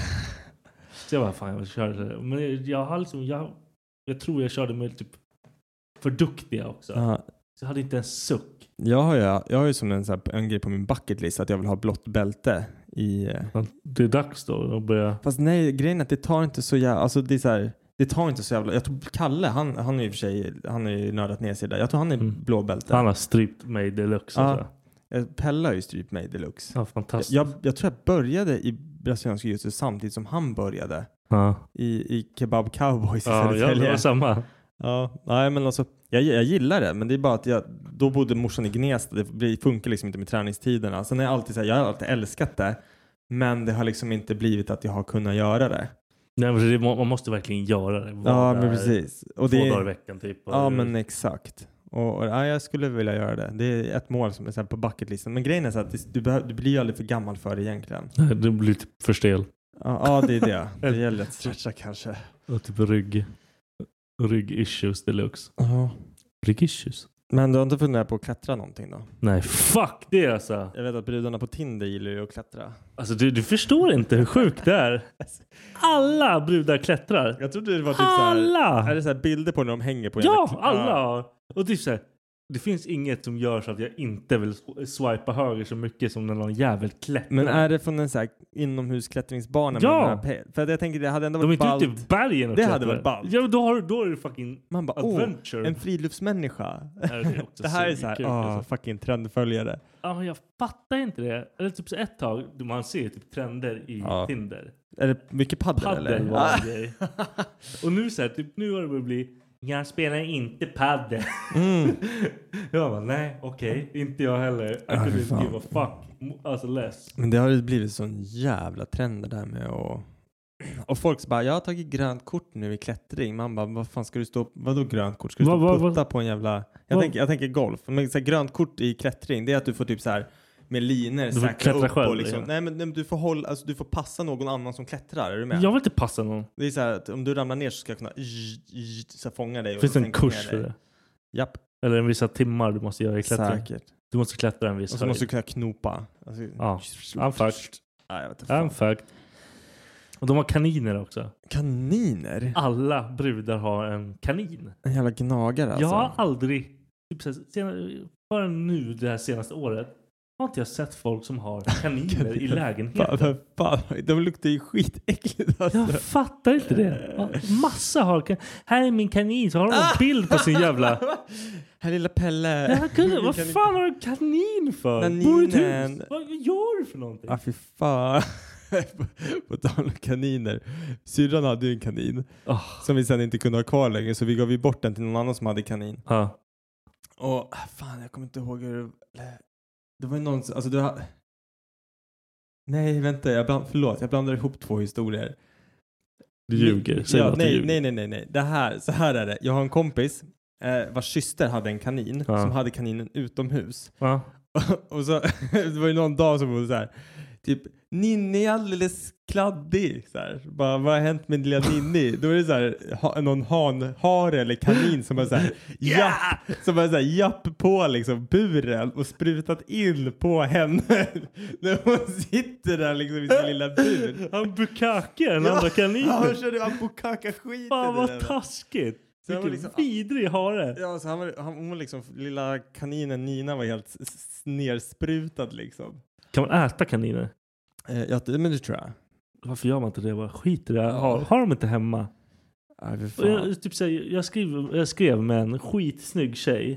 Så jag bara, fan jag vill köra det. Men jag har liksom, jag tror jag körde med typ för duktiga också. Så jag hade inte en suck. Jag har ju som en grej på min bucket list att jag vill ha blått bälte i... Det är dags då att börja... Fast nej, grejen är att det tar inte så jävla... Alltså det är så här, det tar inte så jävla... Jag tror Kalle, han är i och för sig... Han är ju nördat ner sig där. Jag tror han är blå bälte. Han har strypt mig deluxe. Ja. Pella har ju strypt mig deluxe. Ja, fantastiskt. Jag tror jag började i brasiliansk jiu-jitsu samtidigt som han började. I Kebab Cowboys i Södertälje. Ja, det var samma. Ja, nej men alltså jag gillar det, men det är bara att då bodde morsan i Gnesta, det funkar liksom inte med träningstiderna. Sen är jag alltid så här, jag har alltid älskat det, men det har liksom inte blivit att jag har kunnat göra det. Nej, men man måste verkligen göra det. Ja, men precis. Och 2 dagar i veckan typ. Ja, men exakt. Och jag skulle vilja göra det. Det är ett mål som är så här på bucketlisten. Men grejen är så att du blir ju aldrig för gammal för det egentligen. Nej, du blir typ för stel. Ja, det är det. Det gäller att stretcha kanske. Och typ rygg-issues deluxe. Rygg-issues. Men du har inte funderat på att klättra någonting då? Nej, fuck det alltså. Jag vet att brudarna på Tinder gillar ju att klättra. Alltså du förstår inte hur sjukt det är. Alla brudar klättrar. Jag trodde det var typ alla! Så här, är det så här bilder på när de hänger på? Ja, alla! Och det är så här, det finns inget som gör så att jag inte vill swipa höger så mycket som när någon jävel klättrar. Men är det från en så här inomhusklättringsbana? Ja! För att jag tänker det hade ändå varit ballt. De är inte ute i bergen och det hade varit ballt. Ja, då är det fucking man bara, adventure. En friluftsmänniska. Det här är så här, alltså. fucking trendföljare. Ja, jag fattar inte det. Eller typ så ett tag, man ser typ trender i Tinder. Är det mycket paddel eller? Var en grej. Och nu så här, typ nu har det börjat bli, jag spelar inte paddel. Jag bara, nej, okej. Inte jag heller. Jag kunde inte give a fuck. Alltså less. Men det har ju blivit sån jävla trend där med och folk bara, jag har tagit grönt kort nu i klättring. Man bara, vad fan ska du stå, vadå grönt kort? Ska du stå och putta på en jävla... Jag tänker golf. Men så här, grönt kort i klättring, det är att du får typ så här med linor säkra upp själv, och liksom. Nej men du får hålla, alltså du får passa någon annan som klättrar, är du med? Jag vill inte passa någon. Det är så här att om du ramlar ner så ska jag kunna så fånga dig. Finns det en kurs för det? Japp. Eller en vissa timmar du måste göra i klättring. Säkert. Du måste klättra en viss och så måste du kunna knopa. Alltså, ja, I'm fucked. Nej, jag vet inte. I'm fucked. Och de har kaniner också. Kaniner? Alla brudar har en kanin. En jävla gnagare alltså. Jag har aldrig, typ förrän nu det här senaste året, har inte jag sett folk som har kaniner i lägenheten. Fan, de luktar ju skitäckligt alltså. Jag fattar inte det. Massa har här är min kanin, så har de en bild på sin jävla... Här lilla Pelle. Vad fan har du en kanin för? Kaninen. Vad gör du för någonting? Fy fan. På tal om kaniner. Syrran hade ju en kanin. Som vi sen inte kunde ha kvar längre. Så vi gav bort den till någon annan som hade kanin. Och fan, jag kommer inte ihåg hur det var ju någon, alltså nej, vänta, förlåt, jag blandar ihop två historier. Du ljuger. Nej. Så här är det. Jag har en kompis vars syster hade en kanin som hade kaninen utomhus. Och så det var ju någon dag som var så här typ Ninni är alldeles kladdig så här. Bara, vad har hänt med lilla Ninni? Då är det så här någon hanhare eller kanin som bara så här som bara så här japp på liksom buren och sprutat in på henne när hon sitter där liksom i sin lilla bur. Han bukake en andra kanin. Ja, han körde han bukaka skiten. Fan vad taskigt. Vilken liksom, vidrig hare. Ja, så hon var liksom, lilla kaninen Nina var helt nersprutad liksom. Kan man äta kaniner? Ja, men det tror jag. Varför gör man inte det? Vad skiter det? Har de inte hemma? Jag skrev med en skitsnygg tjej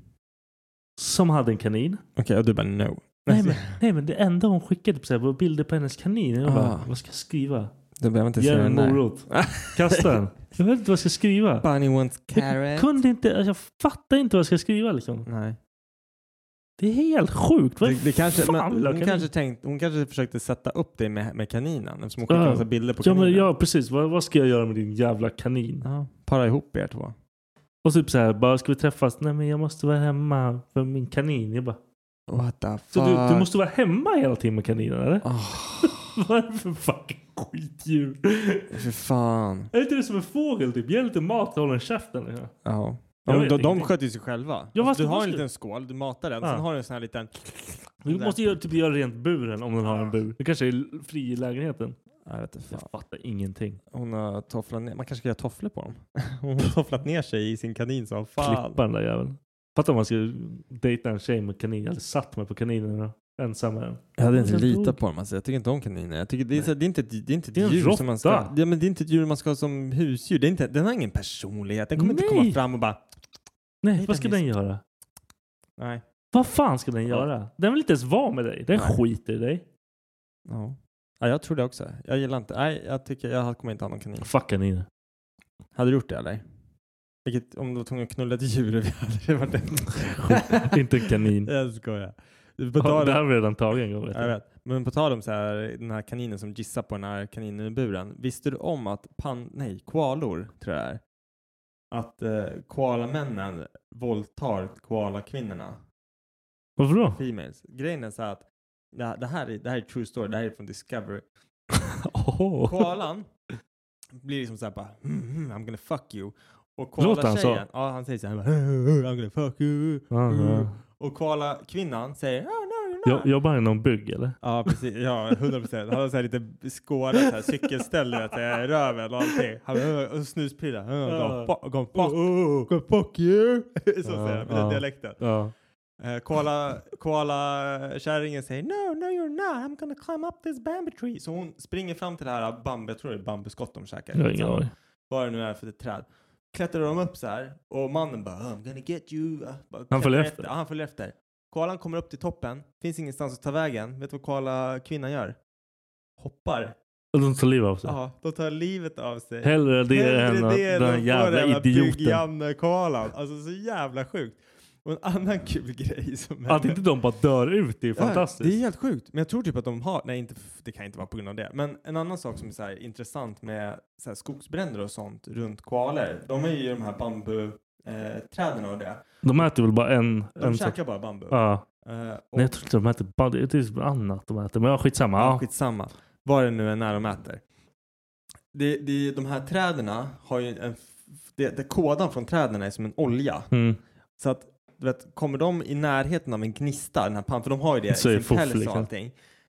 som hade en kanin. Okej, och du bara no. Nej, men det enda hon skickade på, var bilder på hennes kanin. Jag bara, vad ska jag skriva? Då behöver inte ge säga en morot. Kasta den. Jag vet inte vad jag ska skriva. Bunny wants carrot. Jag kunde inte, jag fattar inte vad jag ska skriva liksom. Nej. Det är helt sjukt. Det kanske, hon kanske försökte sätta upp dig med kaninen. Eftersom hon skickade bilder på kaninen. Ja, precis. Vad ska jag göra med din jävla kanin? Ja, para ihop er två. Och typ så här, bara ska vi träffas? Nej, men jag måste vara hemma för min kanin. Jag bara, what the fuck? Så du måste vara hemma hela tiden med kaninen, eller? Vad är det för fucking skitdjur? För fan. Är inte det som en fågel typ? Ge lite mat och håll en käften. Liksom. Ja. De sköter ju sig själva. Ja, alltså, du har en liten skål, du matar den. Sen har du en sån här liten... Du måste göra rent buren om den har en bur. Det kanske är fri i lägenheten. Jag vet inte. Jag fattar ingenting. Hon har tofflat ner. Man kanske ska göra tofflor på dem. Hon har tofflat ner sig i sin kanin så fan. Klippa den där jäveln. Fattar om man ska dejta en tjej med kanin. Jag hade satt mig på kaninen ensam med den. Jag hade inte litat på dem. Alltså. Jag tycker inte om kaniner. Jag tycker det är inte ett djur som man ska... Ja, men det är inte ett djur man ska ha som husdjur. Det är inte, den har ingen personlighet. Den kommer inte komma fram och bara... Nej, vad ska den göra? Nej. Vad fan ska den göra? Den vill inte ens vara med dig. Den skiter i dig. Ja. Ja, jag tror det också. Jag gillar inte... Nej, jag tycker jag kommer inte ha någon kanin. Fuck kaniner. Hade du gjort det, eller? Om du var tvungen att knulla ett djur hade det varit inte en kanin. Jag skojar. Det har vi redan tagit en gång. Jag vet. Men på tal om så här, den här kaninen som gissar på den här kaninen i buren. Visste du om att koalor tror jag är. Att koalamännen våldtar koalakvinnorna. Varför då? Females. Grejen är så här att det här är true story. Det här är från Discovery. Koalan blir liksom så här bara I'm gonna fuck you. Och koala-tjejen, han säger så här I'm gonna fuck you. Och koala-kvinnan säger no, you're not. Jobbar han i någon bygg eller? Ja, precis. Ja, 100%. Han har så här lite skårat så här cykelställ i röven och allting. Han snuspilla. Go fuck you. Så säger han med den dialekten. Koala-kärringen säger no, you're not. I'm gonna climb up this bamboo tree. Så hon springer fram till det här jag tror det är bambuskott de käkar. Jag har ingen aning. Vad det nu är för ett träd. Klättrar de upp så här och mannen bara I'm gonna get you. Han följer efter. Ja, han följer efter. Koalan kommer upp till toppen. Finns ingenstans att ta vägen. Vet du vad koala-kvinnan gör? Hoppar. Och de tar livet av sig. Ja, de tar livet av sig. Hellre det än den jävla idioten. Koalan. Alltså så jävla sjukt. Och en annan kul grej som att inte de bara dör ut, det är fantastiskt. Det är helt sjukt. Men jag tror typ att de har... Nej, det kan inte vara på grund av det. Men en annan sak som är så här intressant med så här skogsbränder och sånt runt koalor. De är ju de här bambuträden och det. De äter väl bara de käkar bara bambu. Ja. Nej, jag tror inte de äter bara... Det är annat de äter. Men skitsamma. Ja, skitsamma. Vad det nu är när de äter. De här träderna har ju kodan från träden är som en olja. Så att du vet, kommer de i närheten av en gnista, den här för de har ju det i sin päls och allting,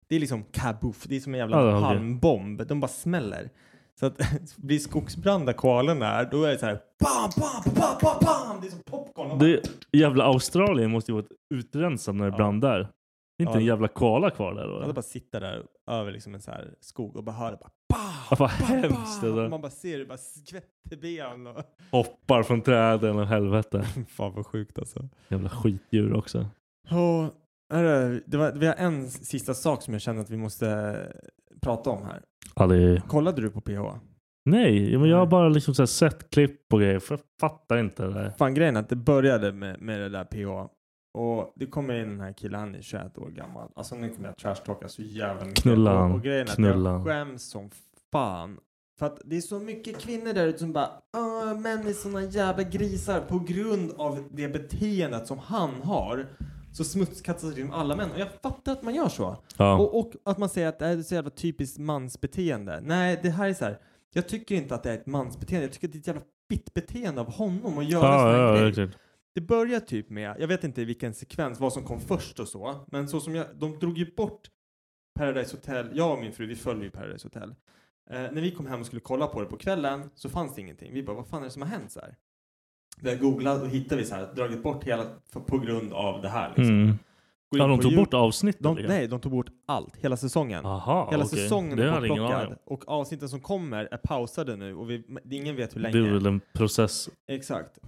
Det är liksom kabuff. Det är som en jävla palmbomb. De bara smäller. Så att blir skogsbrand där koalen är, då är det så här bam, bam, bam, bam, bam. Det är som popcorn. Det jävla Australien måste ju vara utrensat när det brann där. Det är inte en jävla koala kvar där då? Jag hade bara sitta där över liksom en så här skog och bara höra bara vad hemskt det där. Man bara ser det, bara skvätter ben och hoppar från träden och helvete. Fan vad sjukt alltså. Jävla skitdjur också. Och vi har en sista sak som jag känner att vi måste prata om här. Ja, Kollade du på PH? Nej, men jag har bara liksom så här sett klipp på grejer. För jag fattar inte det där. Fan, grejen är att det började med det där PH. Och det kommer in den här killen, han är 21 år gammal. Alltså nu kommer jag trashtalka så jävla mycket. Knullan. Och grejen är att jag skäms som fan. För att det är så mycket kvinnor där ute som bara män är såna jävla grisar på grund av det beteendet som han har. Så smutskastas det alla män. Och jag fattar att man gör så. Ja. Och att man säger att det är så jävla typiskt mansbeteende. Nej, det här är så här. Jag tycker inte att det är ett mansbeteende. Jag tycker att det är ett jävla fittbeteende av honom att göra såna grejer. Det börjar typ med, jag vet inte i vilken sekvens, vad som kom först och så. Men så som de drog ju bort Paradise Hotel. Jag och min fru, vi följer ju Paradise Hotel. När vi kom hem och skulle kolla på det på kvällen så fanns det ingenting. Vi bara, vad fan är det som har hänt så här? Vi har googlat och hittade vi så här, dragit bort hela på grund av det här liksom. Ja, de tog bort avsnitt? Nej, de tog bort allt. Hela säsongen. Aha, hela okay. säsongen är bortplockad. Och avsnitten som kommer är pausade nu. Och ingen vet hur länge. Det är väl en process. Exakt.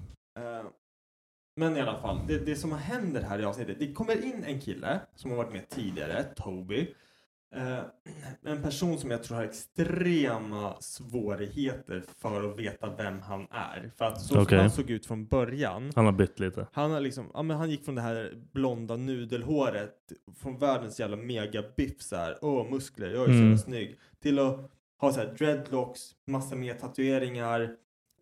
Men i alla fall, det som händer här i avsnittet. Det kommer in en kille som har varit med tidigare, Toby. En person som jag tror har extrema svårigheter för att veta vem han är. För att så som han såg ut från början. Han har bytt lite. Han har liksom, ja men han gick från det här blonda nudelhåret från världens jävla megabiff så här. Muskler, jag är så jävla snygg. Till att ha så här dreadlocks, massa mer tatueringar.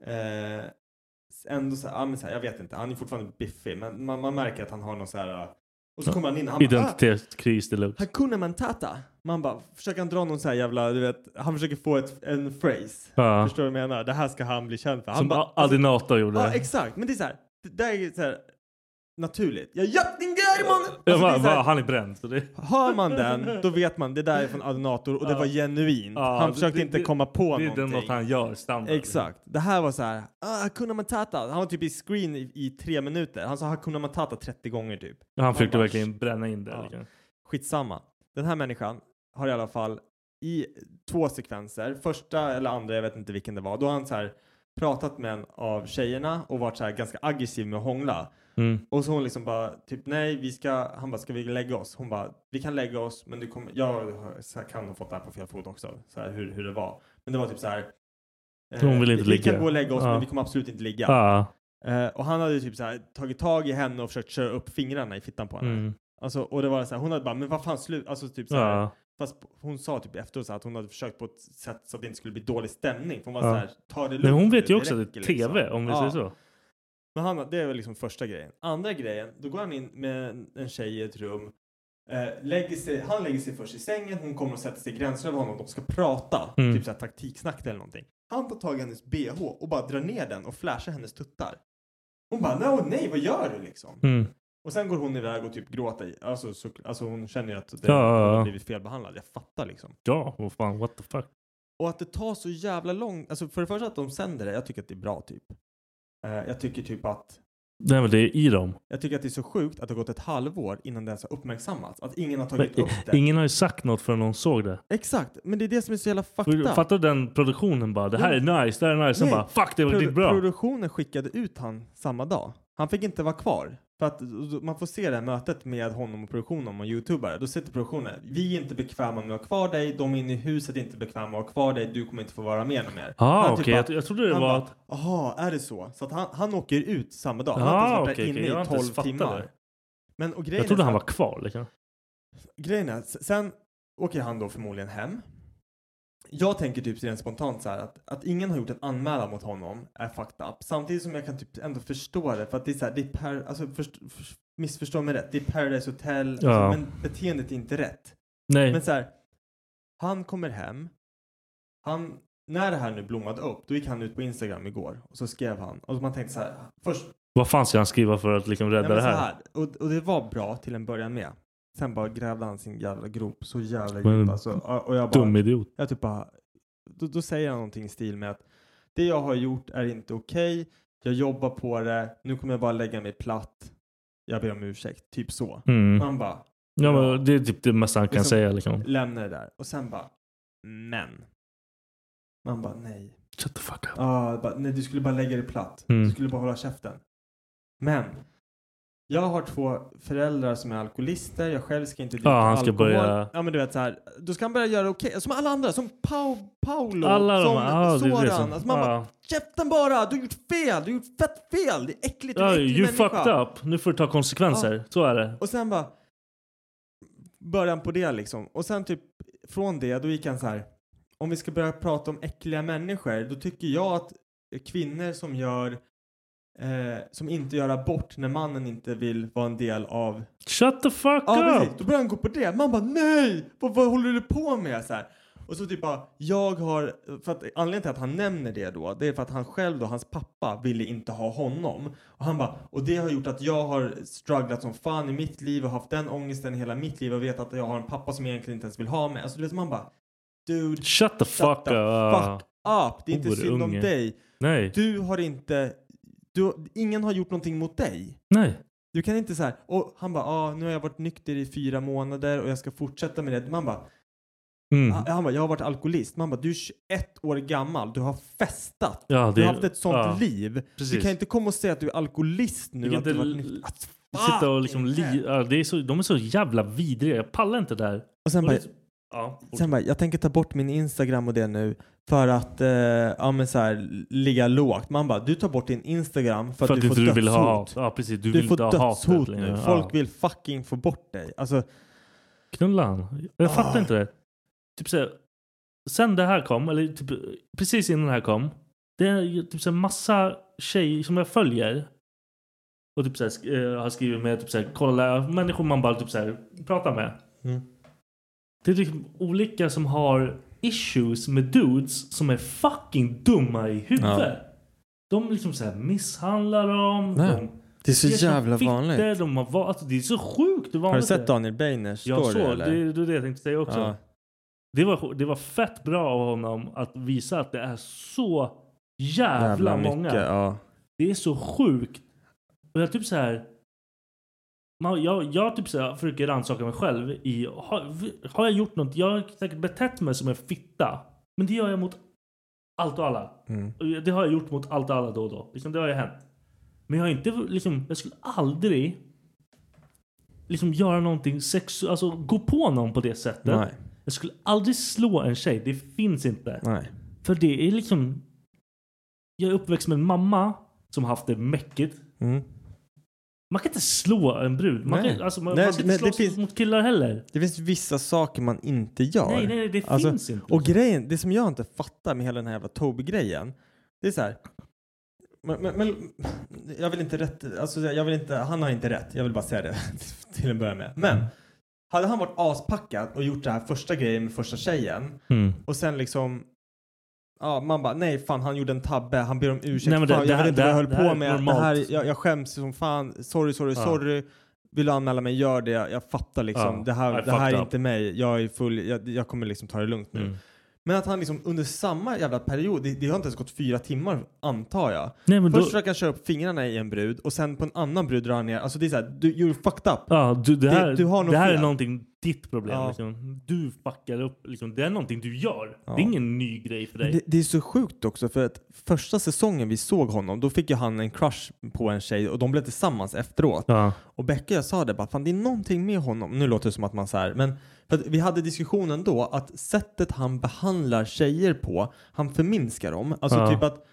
Ändå så här, men så här, jag vet inte, han är fortfarande biffig. Men man märker att han har någon så här. Och så kommer han in och han identitetskris deluxe. Hakuna Matata. Man bara, försöker han dra någon så här jävla, du vet, han försöker få en phrase. Förstår du vad jag menar? Det här ska han bli känd för. Han som Adinato gjorde. Ja, exakt. Men det är så här, det är så här naturligt. Jag man. Han är bränd. Så det... Hör man den, då vet man, det där är från Adinator och det var genuint. Han försökte inte komma på någonting. Det är något han gör standard. Exakt. Det här var så här, Hakuna Matata. Han var typ i screen i 3 minuter. Han sa Hakuna Matata 30 gånger typ. Han försökte verkligen bränna in det. Ja. Skitsamma. Den här människan har i alla fall i 2 sekvenser, första eller andra, jag vet inte vilken det var, då har han så här pratat med en av tjejerna och varit så här ganska aggressiv med att hångla. Och så hon liksom bara typ nej, han bara, ska vi lägga oss? Hon bara, vi kan lägga oss, men du kommer, jag kan ha fått det här på fel fot också, så här, hur det var. Men det var typ så här, hon vill inte ligga. Vi kan gå och lägga oss, men vi kommer absolut inte ligga. Och han hade typ så här tagit tag i henne och försökt köra upp fingrarna i fittan på henne. Alltså, och det var så här, hon hade bara, men vad fan alltså typ så här, fast hon sa typ efteråt så att hon hade försökt på ett sätt så att det inte skulle bli dålig stämning. För hon var så här, ta det lugnt. Men hon vet ju också att det är tv, liksom. Om vi säger så. Men det är väl liksom första grejen. Andra grejen, då går han in med en tjej i ett rum. Han lägger sig först i sängen. Hon kommer och sätter sig gränser över honom. De ska prata. Typ så här taktiksnack eller någonting. Han tar tag i hennes BH och bara drar ner den och flashar hennes tuttar. Hon bara, nej, vad gör du liksom? Och sen går hon iväg och typ gråter. Alltså hon känner ju att det har blivit felbehandlad. Jag fattar liksom. Ja, vad fan, what the fuck. Och att det tar så jävla långt. Alltså för det första att de sänder det. Jag tycker att det är bra typ. Jag tycker typ att nej, men det är i dem. Jag tycker att det är så sjukt att det har gått ett halvår innan det ens har uppmärksammats. Att ingen har tagit upp det. Ingen har ju sagt något förrän någon såg det. Exakt, men det är det som är så jävla fakta. Fattar den produktionen bara, det här är nice, det här är nice. Sen bara, fuck, det var riktigt bra. Produktionen skickade ut han samma dag. Han fick inte vara kvar. För att man får se det här mötet med honom och produktionen och YouTubare. Då sitter produktionen, vi är inte bekväma med att ha kvar dig. De inne i huset är inte bekväma med att ha kvar dig. Du kommer inte få vara med mer. Okej. Jag trodde det var att... Jaha, är det så? Så att han åker ut samma dag. Han har inte varit inne i 12 timmar. Men, och jag trodde han var kvar. Liksom. Grejen är, sen åker han då förmodligen hem. Jag tänker typ rent spontant så här att ingen har gjort en anmälan mot honom är fucked up. Samtidigt som jag kan typ ändå förstå det. För att det är så här, det är missförstå mig rätt. Det är Paradise Hotel. Alltså, men beteendet är inte rätt. Nej. Men så här, han kommer hem. När det här nu blommade upp, då gick han ut på Instagram igår. Och så skrev han. Och man tänkte så här, först. Vad fan ska han skriva för att liksom rädda det här? Och det var bra till en början med. sen bara grävde han sin jävla grop så jävla Men djup. Alltså, och jag bara, Dum idiot. jag typ bara, då säger han någonting i stil med att det jag har gjort är inte okej. Jag jobbar på det. Nu kommer jag bara lägga mig platt. Jag ber om ursäkt. Typ så. Man bara, Ja, men det är typ det mesta han kan liksom, säga liksom. lämnar det där. Och sen bara, men. Man bara, nej. Shut the fuck up. Nej, du skulle bara lägga dig platt. Mm. Du skulle bara hålla käften. Men jag har 2 föräldrar som är alkoholister. Jag själv ska inte dricka han ska alkohol. börja... Ja, men du vet så här. Då ska han börja göra okej. Som alla andra. Som Paolo. Alla som det är Soran. det som... Alltså man bara, käften bara. Du har gjort fel. Du har gjort fett fel. Det är äckligt. Du är äcklig you människa. fucked up. Nu får du ta konsekvenser. Så är det. Och sen bara början på det liksom. Och sen typ från det, då gick han så här. Om vi ska börja prata om äckliga människor, då tycker jag att kvinnor som gör som inte gör abort när mannen inte vill vara en del av... Shut the fuck up! Precis. Då börjar han gå på det. Man bara, nej! Vad håller du på med? Så här. Och så typ bara, för att anledningen till att han nämner det då, det är för att han själv då, hans pappa ville inte ha honom. Och han bara, och det har gjort att jag har strugglat som fan i mitt liv och haft den ångesten i hela mitt liv och vet att jag har en pappa som egentligen inte ens vill ha mig. Alltså du vet, man bara, dude, shut the fuck up! Det är inte synd om dig. Nej. Du har inte... ingen har gjort någonting mot dig. Nej. Du kan inte så här... Och han bara, nu har jag varit nykter i 4 månader och jag ska fortsätta med det. Man bara... Han bara, jag har varit alkoholist. Man bara, du är 21 år gammal. Du har festat. Du har haft ett sånt liv. Precis. Du kan inte komma och säga att du är alkoholist nu. Du kan inte sitta och liksom... de är så jävla vidriga. Jag pallar inte där. Och sen bara, jag tänker ta bort min Instagram och det nu. För att så här, ligga lågt. Man bara, du tar bort din Instagram för att du får dödshot. Vill ha, ja, precis. Du vill får inte ha dödshot nu. Ja. Folk vill fucking få bort dig. Alltså... Knulla han. Jag fattar inte det. Typ så här, sen det här kom, eller typ, precis innan det här kom, det är typ så här massa tjejer som jag följer och typ så här, har skrivit med typ så här, kolla människor man bara typ så här pratar med. Det är liksom olika som har issues med dudes som är fucking dumma i huvudet. De liksom så här misshandlar dem. Det är så jävla vanligt. Alltså, det är så sjukt vanligt. Har du sett Daniel Beiners story? Eller? Det är det jag tänkte säga också. Ja. Det var fett bra av honom att visa att det är så jävla många. Mycket, ja. Det är så sjukt. Och jag typ så här... Jag typ så här försöker rannsaka mig själv i... Har jag gjort något? Jag har säkert betett mig som en fitta. Men det gör jag mot allt och alla. Det har jag gjort mot allt och alla då och då. Liksom, det har ju hänt. Men jag har inte liksom... Jag skulle aldrig liksom göra någonting alltså gå på någon på det sättet. Nej. Jag skulle aldrig slå en tjej. Det finns inte. Nej. För det är liksom... Jag är uppväxt med en mamma som har haft det mäckigt. Man kan inte slå en brud. Man kan inte slå mot killar heller. Det finns vissa saker man inte gör. Nej, det finns inte. Och grejen, det som jag inte fattar med hela den här jävla Toby-grejen, det är så här... Men jag vill inte rätt... Alltså, han har inte rätt. Jag vill bara säga det till en början med. Men hade han varit aspackad och gjort det här första grejen med första tjejen och sen liksom... Ja, man bara, nej fan, han gjorde en tabbe. Han ber om ursäkt. Nej, fan, jag vet inte vad jag höll på med. Det här, jag skäms som fan. Sorry. Vill du anmäla mig, gör det. Jag fattar liksom. Det här är inte mig. Jag är full. Jag kommer liksom ta det lugnt nu. Men att han liksom under samma jävla period, det har inte ens gått 4 timmar antar jag. Nej, men först försöker han köra upp fingrarna i en brud och sen på en annan brud drar han ner. Alltså det är såhär, you're fucked up. Ja, det här är någonting, ditt problem. Ja. Liksom. Du fuckar upp, liksom. Det är någonting du gör. Ja. Det är ingen ny grej för dig. Det är så sjukt också för att första säsongen vi såg honom, då fick ju han en crush på en tjej och de blev tillsammans efteråt. Ja. Och Becka och jag sa det bara, fan det är någonting med honom. Nu låter det som att man så här, men för vi hade diskussionen då att sättet han behandlar tjejer på, han förminskar dem. Alltså typ att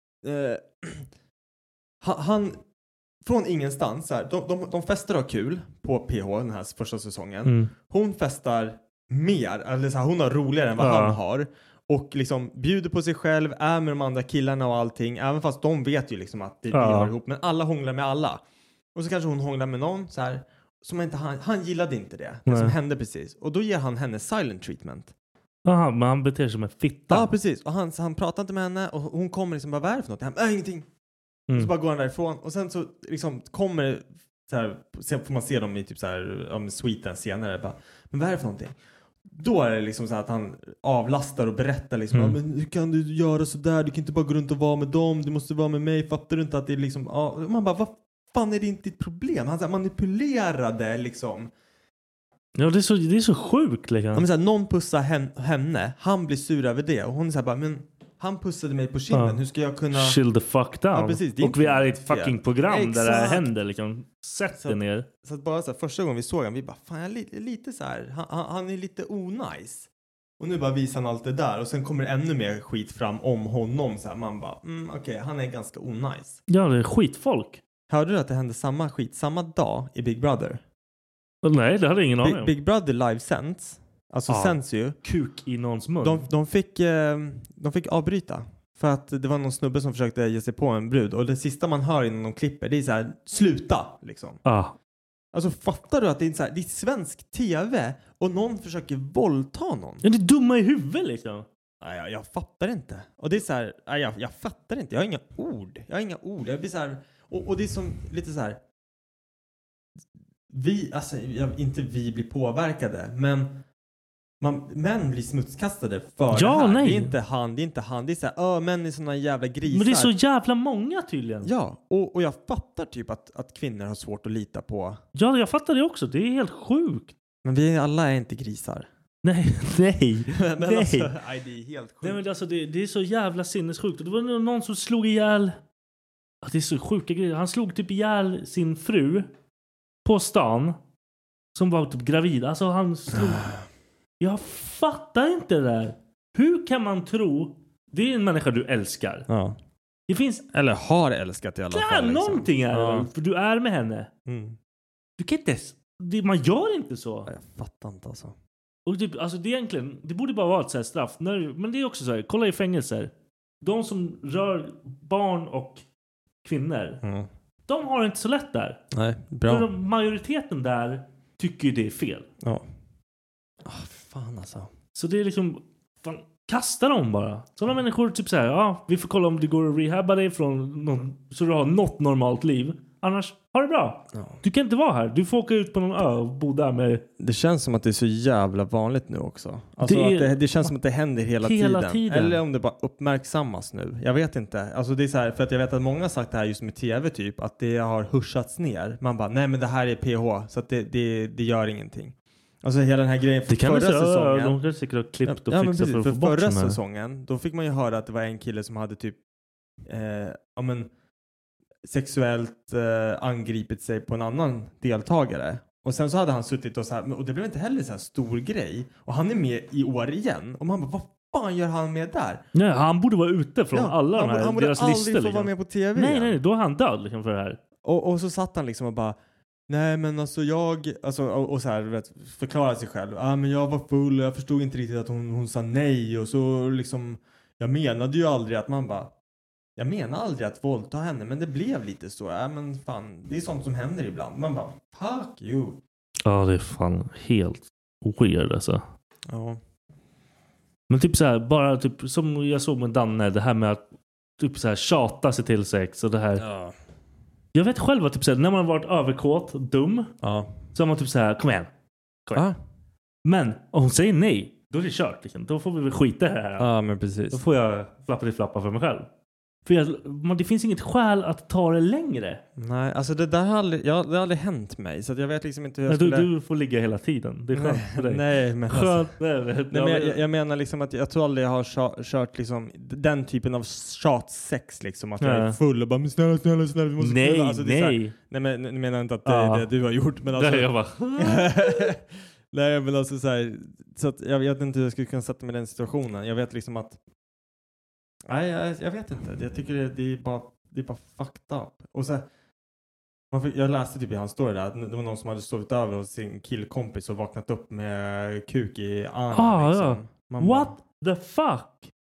han från ingenstans så här, de festar och kul på PH den här första säsongen. Hon festar mer, eller så här, hon har roligare än vad han har. Och liksom bjuder på sig själv, är med de andra killarna och allting. Även fast de vet ju liksom att vi hör ihop. Men alla hånglar med alla. Och så kanske hon hånglar med någon så här, som inte han gillade inte det som hände precis. Och då ger han henne silent treatment. Jaha, men han beter sig som en fitta. Ja, precis. Och han pratar inte med henne. Och hon kommer liksom bara, vad är det för något? Han, ingenting. Och så bara går han därifrån. Och sen så liksom kommer så här, sen får man se dem i typ så här om sviten senare bara, men vad är det för någonting? Då är det liksom så här att han avlastar och berättar liksom, men hur kan du göra så där? Du kan inte bara gå runt och vara med dem, du måste vara med mig. Fattar du inte att det är liksom, man bara, vad fan är det inte ditt problem? Han så här manipulerade liksom. Ja, det är så sjukt liksom. Ja, men så här, någon pussar henne, han blir sur över det och hon är så här bara, men han pussade mig på kinden, hur ska jag kunna... Chill the fuck down. Ja, precis, och vi är i ett fucking program där det här Exakt. händer liksom. Sätt dig ner. Så att bara så här, första gången vi såg han, vi bara, fan jag är lite så här, han är lite onajs. Och nu bara visar han allt det där och sen kommer det ännu mer skit fram om honom så här, man bara, okej, han är ganska onajs. Ja, det är skitfolk. Hörde du att det hände samma skit samma dag i Big Brother? Nej, det hade jag ingen aning om. Big Brother live sänds. Alltså sänds ju. Kuk i någons mun. De fick avbryta. För att det var någon snubbe som försökte ge sig på en brud. Och det sista man hör innan de klipper, det är så här, sluta liksom. Alltså fattar du att det är så här, det är svensk tv och någon försöker våldta någon? Ja, det är dumma i huvudet liksom. Nej, jag fattar inte. Och det är så här, jag fattar inte. Jag har inga ord. Jag blir så här, och det är som lite så här, inte vi blir påverkade, men män blir smutskastade för det här. Nej. Det är inte han. Det är så här, män är såna jävla grisar. Men det är så jävla många tydligen. Ja, och jag fattar typ att kvinnor har svårt att lita på. Ja, jag fattar det också. Det är helt sjukt. Men vi alla är inte grisar. Nej. Men alltså, det är helt sjukt. Nej, men alltså, det är så jävla sinnessjukt. Det var någon som slog ihjäl... Det är så sjuka grejer. Han slog typ ihjäl sin fru på stan som var typ gravid. Alltså han slog... Jag fattar inte det där. Hur kan man tro... Det är en människa du älskar. Ja. Det finns... Eller har älskat i alla fall. Liksom. Någonting är det väl, för du är med henne. Du kan inte... Man gör inte så. Jag fattar inte alltså. Och typ, alltså det egentligen... Det borde bara vara ett så här straff. Men det är också så här... Kolla i fängelser. De som rör barn och kvinnor. De har inte så lätt där. Nej, bra. För majoriteten där tycker ju det är fel. Ja. Fan alltså. Så det är liksom... Fan, kasta dem bara. Sådana människor typ så här, vi får kolla om det går att rehabba dig från så du har något normalt liv. Annars, ha det bra. Ja. Du kan inte vara här. Du får åka ut på någon ö och bo där med... Det känns som att det är så jävla vanligt nu också. Alltså det känns som att det händer hela tiden. Eller om det bara uppmärksammas nu. Jag vet inte. Alltså det är så här, för att jag vet att många har sagt det här just med tv typ. Att det har hushats ner. Man bara, nej men det här är PH. Så att det gör ingenting. Alltså hela den här grejen för förra säsongen. De kan säkert ha klippt och fixat för att få bort förra säsongen. Då fick man ju höra att det var en kille som hade typ sexuellt angripit sig på en annan deltagare. Och sen så hade han suttit och så här, och det blev inte heller så här stor grej. Och han är med i år igen. Och man bara, vad fan gör han med där? Nej, han borde vara ute från alla de här han borde deras aldrig listor. få Liksom. vara med på tv. Nej, då är han död liksom för det här. Och så satt han liksom och bara, nej men alltså och så här vet, förklara sig själv. Men jag var full och jag förstod inte riktigt att hon sa nej. Och så liksom, jag menade ju aldrig att man bara, jag menar aldrig att våldta henne, men det blev lite så. Men fan, det är sånt som händer ibland. Man bara, fuck you. Ja, det är fan helt weird alltså. Ja. Men typ så här, bara typ som jag såg med Danne, det här med att typ så här tjata sig till sex och det här. Ja. Jag vet själv att typ så här, när man har varit överkåt, dum, så har man typ så här, kom igen. Men om hon säger nej, då är det kört liksom. Då får vi väl skita här. Ja, men precis. Då får jag flappa för mig själv. För det finns inget skäl att ta det längre. Nej, alltså det där har aldrig hänt mig. Så att jag vet liksom inte hur jag skulle... Du får ligga hela tiden. Det är skönt för dig. Nej, men skönt. Alltså... Nej, men jag menar liksom att jag tror aldrig jag har kört liksom den typen av tjatsex liksom. Att jag är full och bara, men snälla, vi måste nej, alltså, nej. Här, nej, men jag menar inte att det är det du har gjort. Men alltså... Nej, jag bara... nej, men alltså så här... Så att jag vet inte hur jag skulle kunna sätta mig i den situationen. Jag vet liksom att... Nej, jag vet inte. Jag tycker det är bara fucked up. Och så jag läste typ i hans story där att det var någon som hade sovit över hos sin killkompis och vaknat upp med kuk i armen. Liksom. Ja. What the fuck?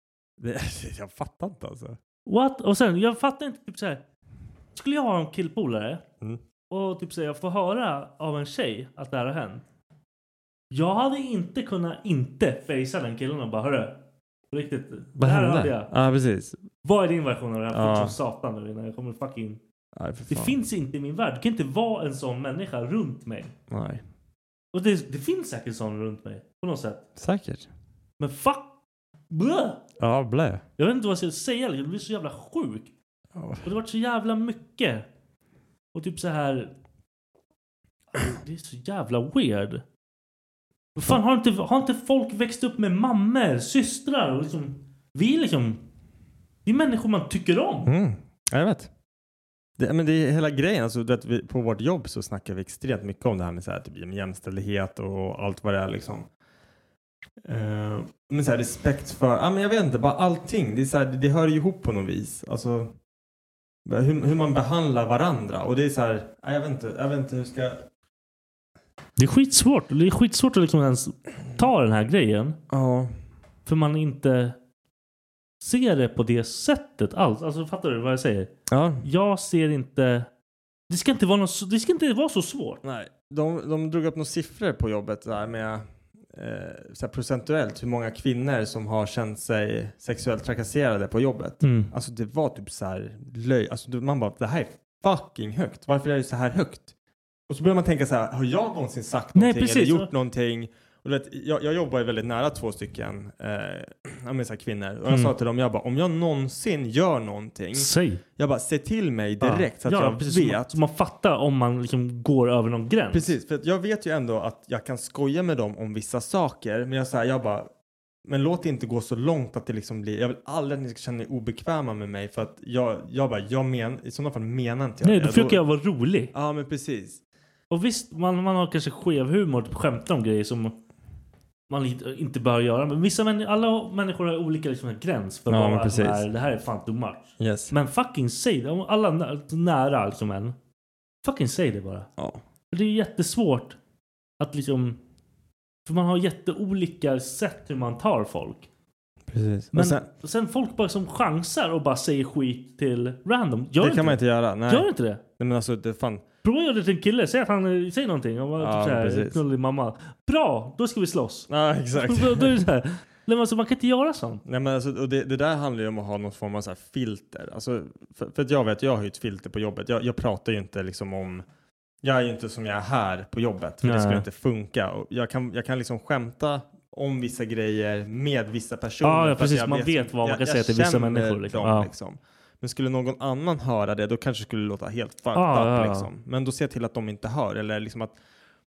Jag fattar inte alltså. What? Och sen, jag fattar inte typ så här. Skulle jag ha en killpolare och typ så jag får höra av en tjej att det här har hänt. Jag hade inte kunnat inte facea den killen och bara, hörru. Riktigt. Vad hände? Ja, precis. Vad är din version av det här? Fort som satan nu innan jag kommer fucking Nej, för Det fan. finns inte i min värld. Det kan inte vara en sån människa runt mig. Nej. Och det finns säkert sån runt mig. På något sätt. Säkert. Men fuck. Blö. Ja, blä. Jag vet inte vad jag ska säga. Det blir så jävla sjuk. Ja. Och det har varit så jävla mycket. Och typ så här. Det är så jävla weird. Vad fan, har inte folk växt upp med mammor, systrar och liksom, vi är människor man tycker om. Ja, jag vet. Men det är hela grejen. Alltså, att vi, på vårt jobb så snackar vi extremt mycket om det här med, så här, typ, jämställdhet och allt vad det är liksom. Men så här, respekt för, men jag vet inte, bara allting. Det är så här, det hör ju ihop på något vis. Alltså hur man behandlar varandra. Och det är så här, jag vet inte hur ska... Det är skitsvårt. Det är skitsvårt att liksom ens ta den här grejen. Ja. För man inte ser det på det sättet alls. Alltså fattar du vad jag säger? Ja. Jag ser inte... Det ska inte vara så svårt. Nej. De drog upp några siffror på jobbet där med så här procentuellt hur många kvinnor som har känt sig sexuellt trakasserade på jobbet. Alltså det var typ så här alltså man bara, det här är fucking högt. Varför är det så här högt? Och så börjar man tänka så här, har jag någonsin sagt någonting eller gjort någonting? Och du vet, jag jobbar ju väldigt nära 2 stycken så här kvinnor. Och jag sa till dem, jag bara, om jag någonsin gör någonting, jag bara, se till mig direkt så att jag vet. Så man fattar om man liksom går över någon gräns. Precis, för att jag vet ju ändå att jag kan skoja med dem om vissa saker. Men jag bara, men låt det inte gå så långt att det liksom blir, jag vill aldrig att ni ska känna er obekväma med mig. För att jag menar, i sådana fall menar inte jag det. Nej, då försöker jag vara rolig. Ja, men precis. Och visst, man har kanske skev humor, skämtar om grejer som man inte bör göra. Men alla människor har olika liksom, gräns för det här är fan too much. Yes. Men fucking säg det. Om alla nära liksom en. Fucking säg det bara. Ja. För det är jättesvårt att liksom... För man har jätteolika sätt hur man tar folk. Precis. Men sen folk bara som chansar och bara säger skit till random. Det kan man inte göra. Nej. Gör inte det? Nej, men alltså det fan... Prova att göra det till en kille. Säg att han säger någonting. Och bara, typ såhär, knullig mamma. Bra, då ska vi slåss. Ja, exakt. Då är det såhär. Nej, alltså, man kan inte göra sånt. Nej, men alltså, och det där handlar ju om att ha någon form av så här filter. Alltså, för att jag har ju ett filter på jobbet. Jag pratar ju inte liksom om... Jag är ju inte som jag är här på jobbet. För det skulle inte funka. Och jag kan liksom skämta om vissa grejer med vissa personer. Ja, precis. Man vet vad man kan säga till vissa människor. Liksom. Liksom. Men skulle någon annan höra det, då kanske det skulle låta helt fucked up. Liksom. Men då ser jag till att de inte hör. Eller liksom att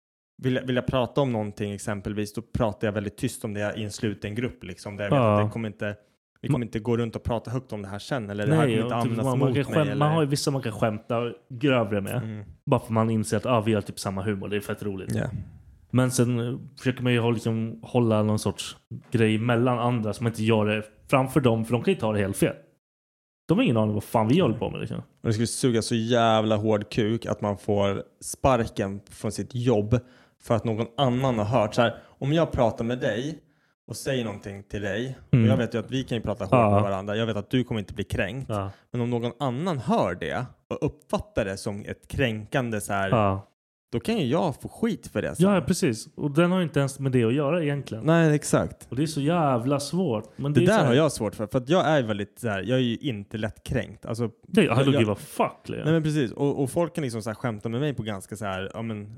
vill jag prata om någonting exempelvis, då pratar jag väldigt tyst om det i en sluten grupp. Liksom, där jag vet att vi kommer inte gå runt och prata högt om det här sen. Eller det här kommer inte användas mot mig. Man har ju vissa man kan skämta grövre med. Bara för man inser att vi har typ samma humor. Det är fett roligt. Yeah. Men sen försöker man ju liksom hålla någon sorts grej mellan andra som inte gör det framför dem. För de kan ju ta det helt fel. De har ingen aning vad fan vi håller på med. Liksom. Det skulle suga så jävla hård kuk att man får sparken från sitt jobb för att någon annan har hört. Så här, om jag pratar med dig och säger någonting till dig, och jag vet ju att vi kan ju prata hårt med varandra. Jag vet att du kommer inte bli kränkt. Ja. Men om någon annan hör det och uppfattar det som ett kränkande så här, då kan ju jag få skit för det. Ja, precis. Och den har inte ens med det att göra egentligen. Nej, exakt. Och det är så jävla svårt. Men det där har jag svårt för att jag är väldigt så här, jag är ju inte lätt kränkt. Alltså, I don't give a fuck. Nej, men precis. Och folk kan liksom så här skämta med mig på ganska så här,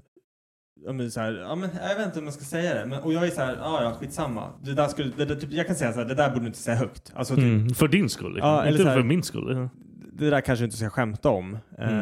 så här, jag vet inte hur man ska säga det. Men, och jag är så här, skitsamma. Typ, jag kan säga så här, det där borde du inte säga högt. Alltså, typ, för din skull. Liksom. Inte för min skull. Det där kanske inte ska skämta om.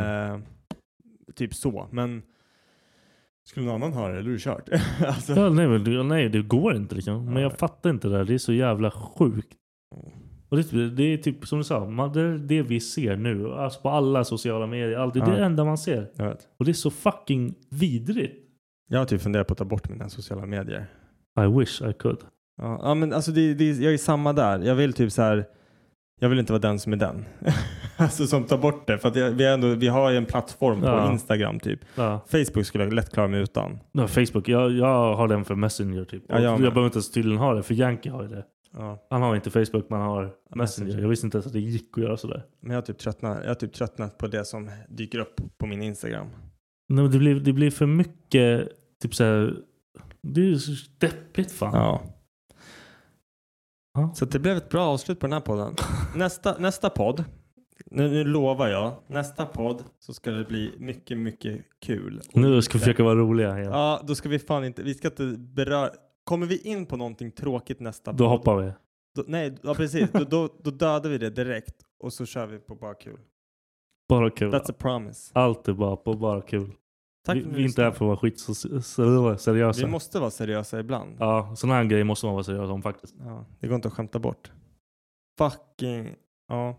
Typ så. Men skulle någon annan höra det, eller är du kört? Alltså. Nej, det går inte. Liksom. Men jag fattar inte det där. Det är så jävla sjukt. Och det är typ som du sa, det är det vi ser nu. Alltså på alla sociala medier. Det är det enda man ser. Och det är så fucking vidrigt. Jag har typ funderat på att ta bort mina sociala medier. I wish I could. Ja, men alltså jag är samma där. Jag vill typ så här, jag vill inte vara den som är den. Alltså som tar bort det. För att vi har ju en plattform på Instagram typ. Ja. Facebook skulle jag lätt klara mig utan. Ja, Facebook. Jag har den för Messenger typ. Ja, jag behöver inte ens tydligen ha det. För Yankee har ju det. Ja. Han har inte Facebook, man har Messenger. Jag visste inte ens att det gick att göra sådär. Men jag har typ tröttnat på det som dyker upp på min Instagram. Nej, det blir för mycket typ såhär. Det är ju så deppigt fan. Ja. Så det blev ett bra avslut på den här podden. Nästa podd Nu lovar jag. Nästa podd så ska det bli mycket, mycket kul. Nu ska vi försöka vara roliga igen. Ja, då ska vi fan inte... Vi ska inte beröra... Kommer vi in på någonting tråkigt nästa Då podd? hoppar vi. Nej, ja, precis. då dödar vi det direkt. Och så kör vi på bara kul. Bara kul. That's a promise. Allt är bara kul. Tack Vi för är inte här för att vara seriösa. Vi måste vara seriösa ibland. Ja, sådana här grejer måste man vara seriös om faktiskt. Ja, det går inte att skämta bort. Fucking... Ja.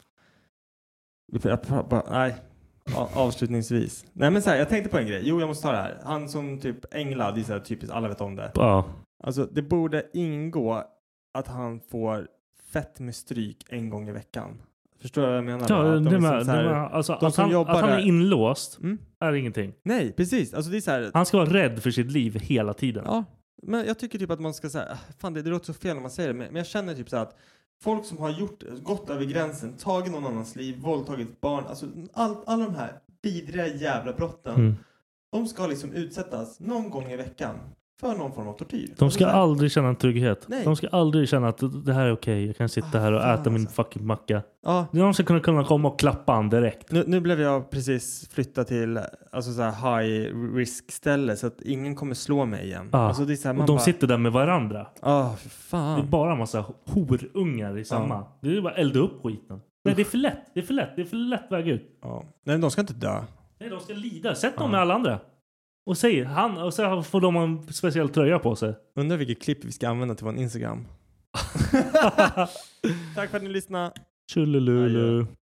Nej. Avslutningsvis. Nej men så här, jag tänkte på en grej. Jo, jag måste ta det här. Han som typ Engla, det är så här typiskt, alla vet om det. Ja. Alltså det borde ingå att han får fett med stryk en gång i veckan. Förstår du vad jag menar? Ja, att alltså, de att som han jobbar är där- inlåst är ingenting. Nej, precis. Alltså det är så här... Han ska vara rädd för sitt liv hela tiden. Ja, men jag tycker typ att man ska säga, fan det låter så fel när man säger det, men jag känner typ så här att folk som har gått över gränsen, tagit någon annans liv, våldtagit barn, alltså alla de här vidriga jävla brotten, de ska liksom utsättas någon gång i veckan för någon form av tortyr. De ska aldrig känna en trygghet. Nej. De ska aldrig känna att det här är okej. Jag kan sitta här och äta min fucking macka. Ja. De ska kunna komma och klappa han direkt. Nu blev jag precis flyttad till alltså så här high risk ställe så att ingen kommer slå mig igen. Alltså det är så här, och man de bara, sitter där med varandra. för fan. Det är bara en massa horungar i samma. Det är bara elda upp skiten. Nej, det är för lätt. Det är för lätt väg ut. Ja. Nej, de ska inte dö. Nej, de ska lida. Sätt dem med alla andra. Och säg han, och så får de en speciell tröja på sig. Undrar vilket klipp vi ska använda till vår Instagram. Tack för att ni lyssnade. Tjulululu.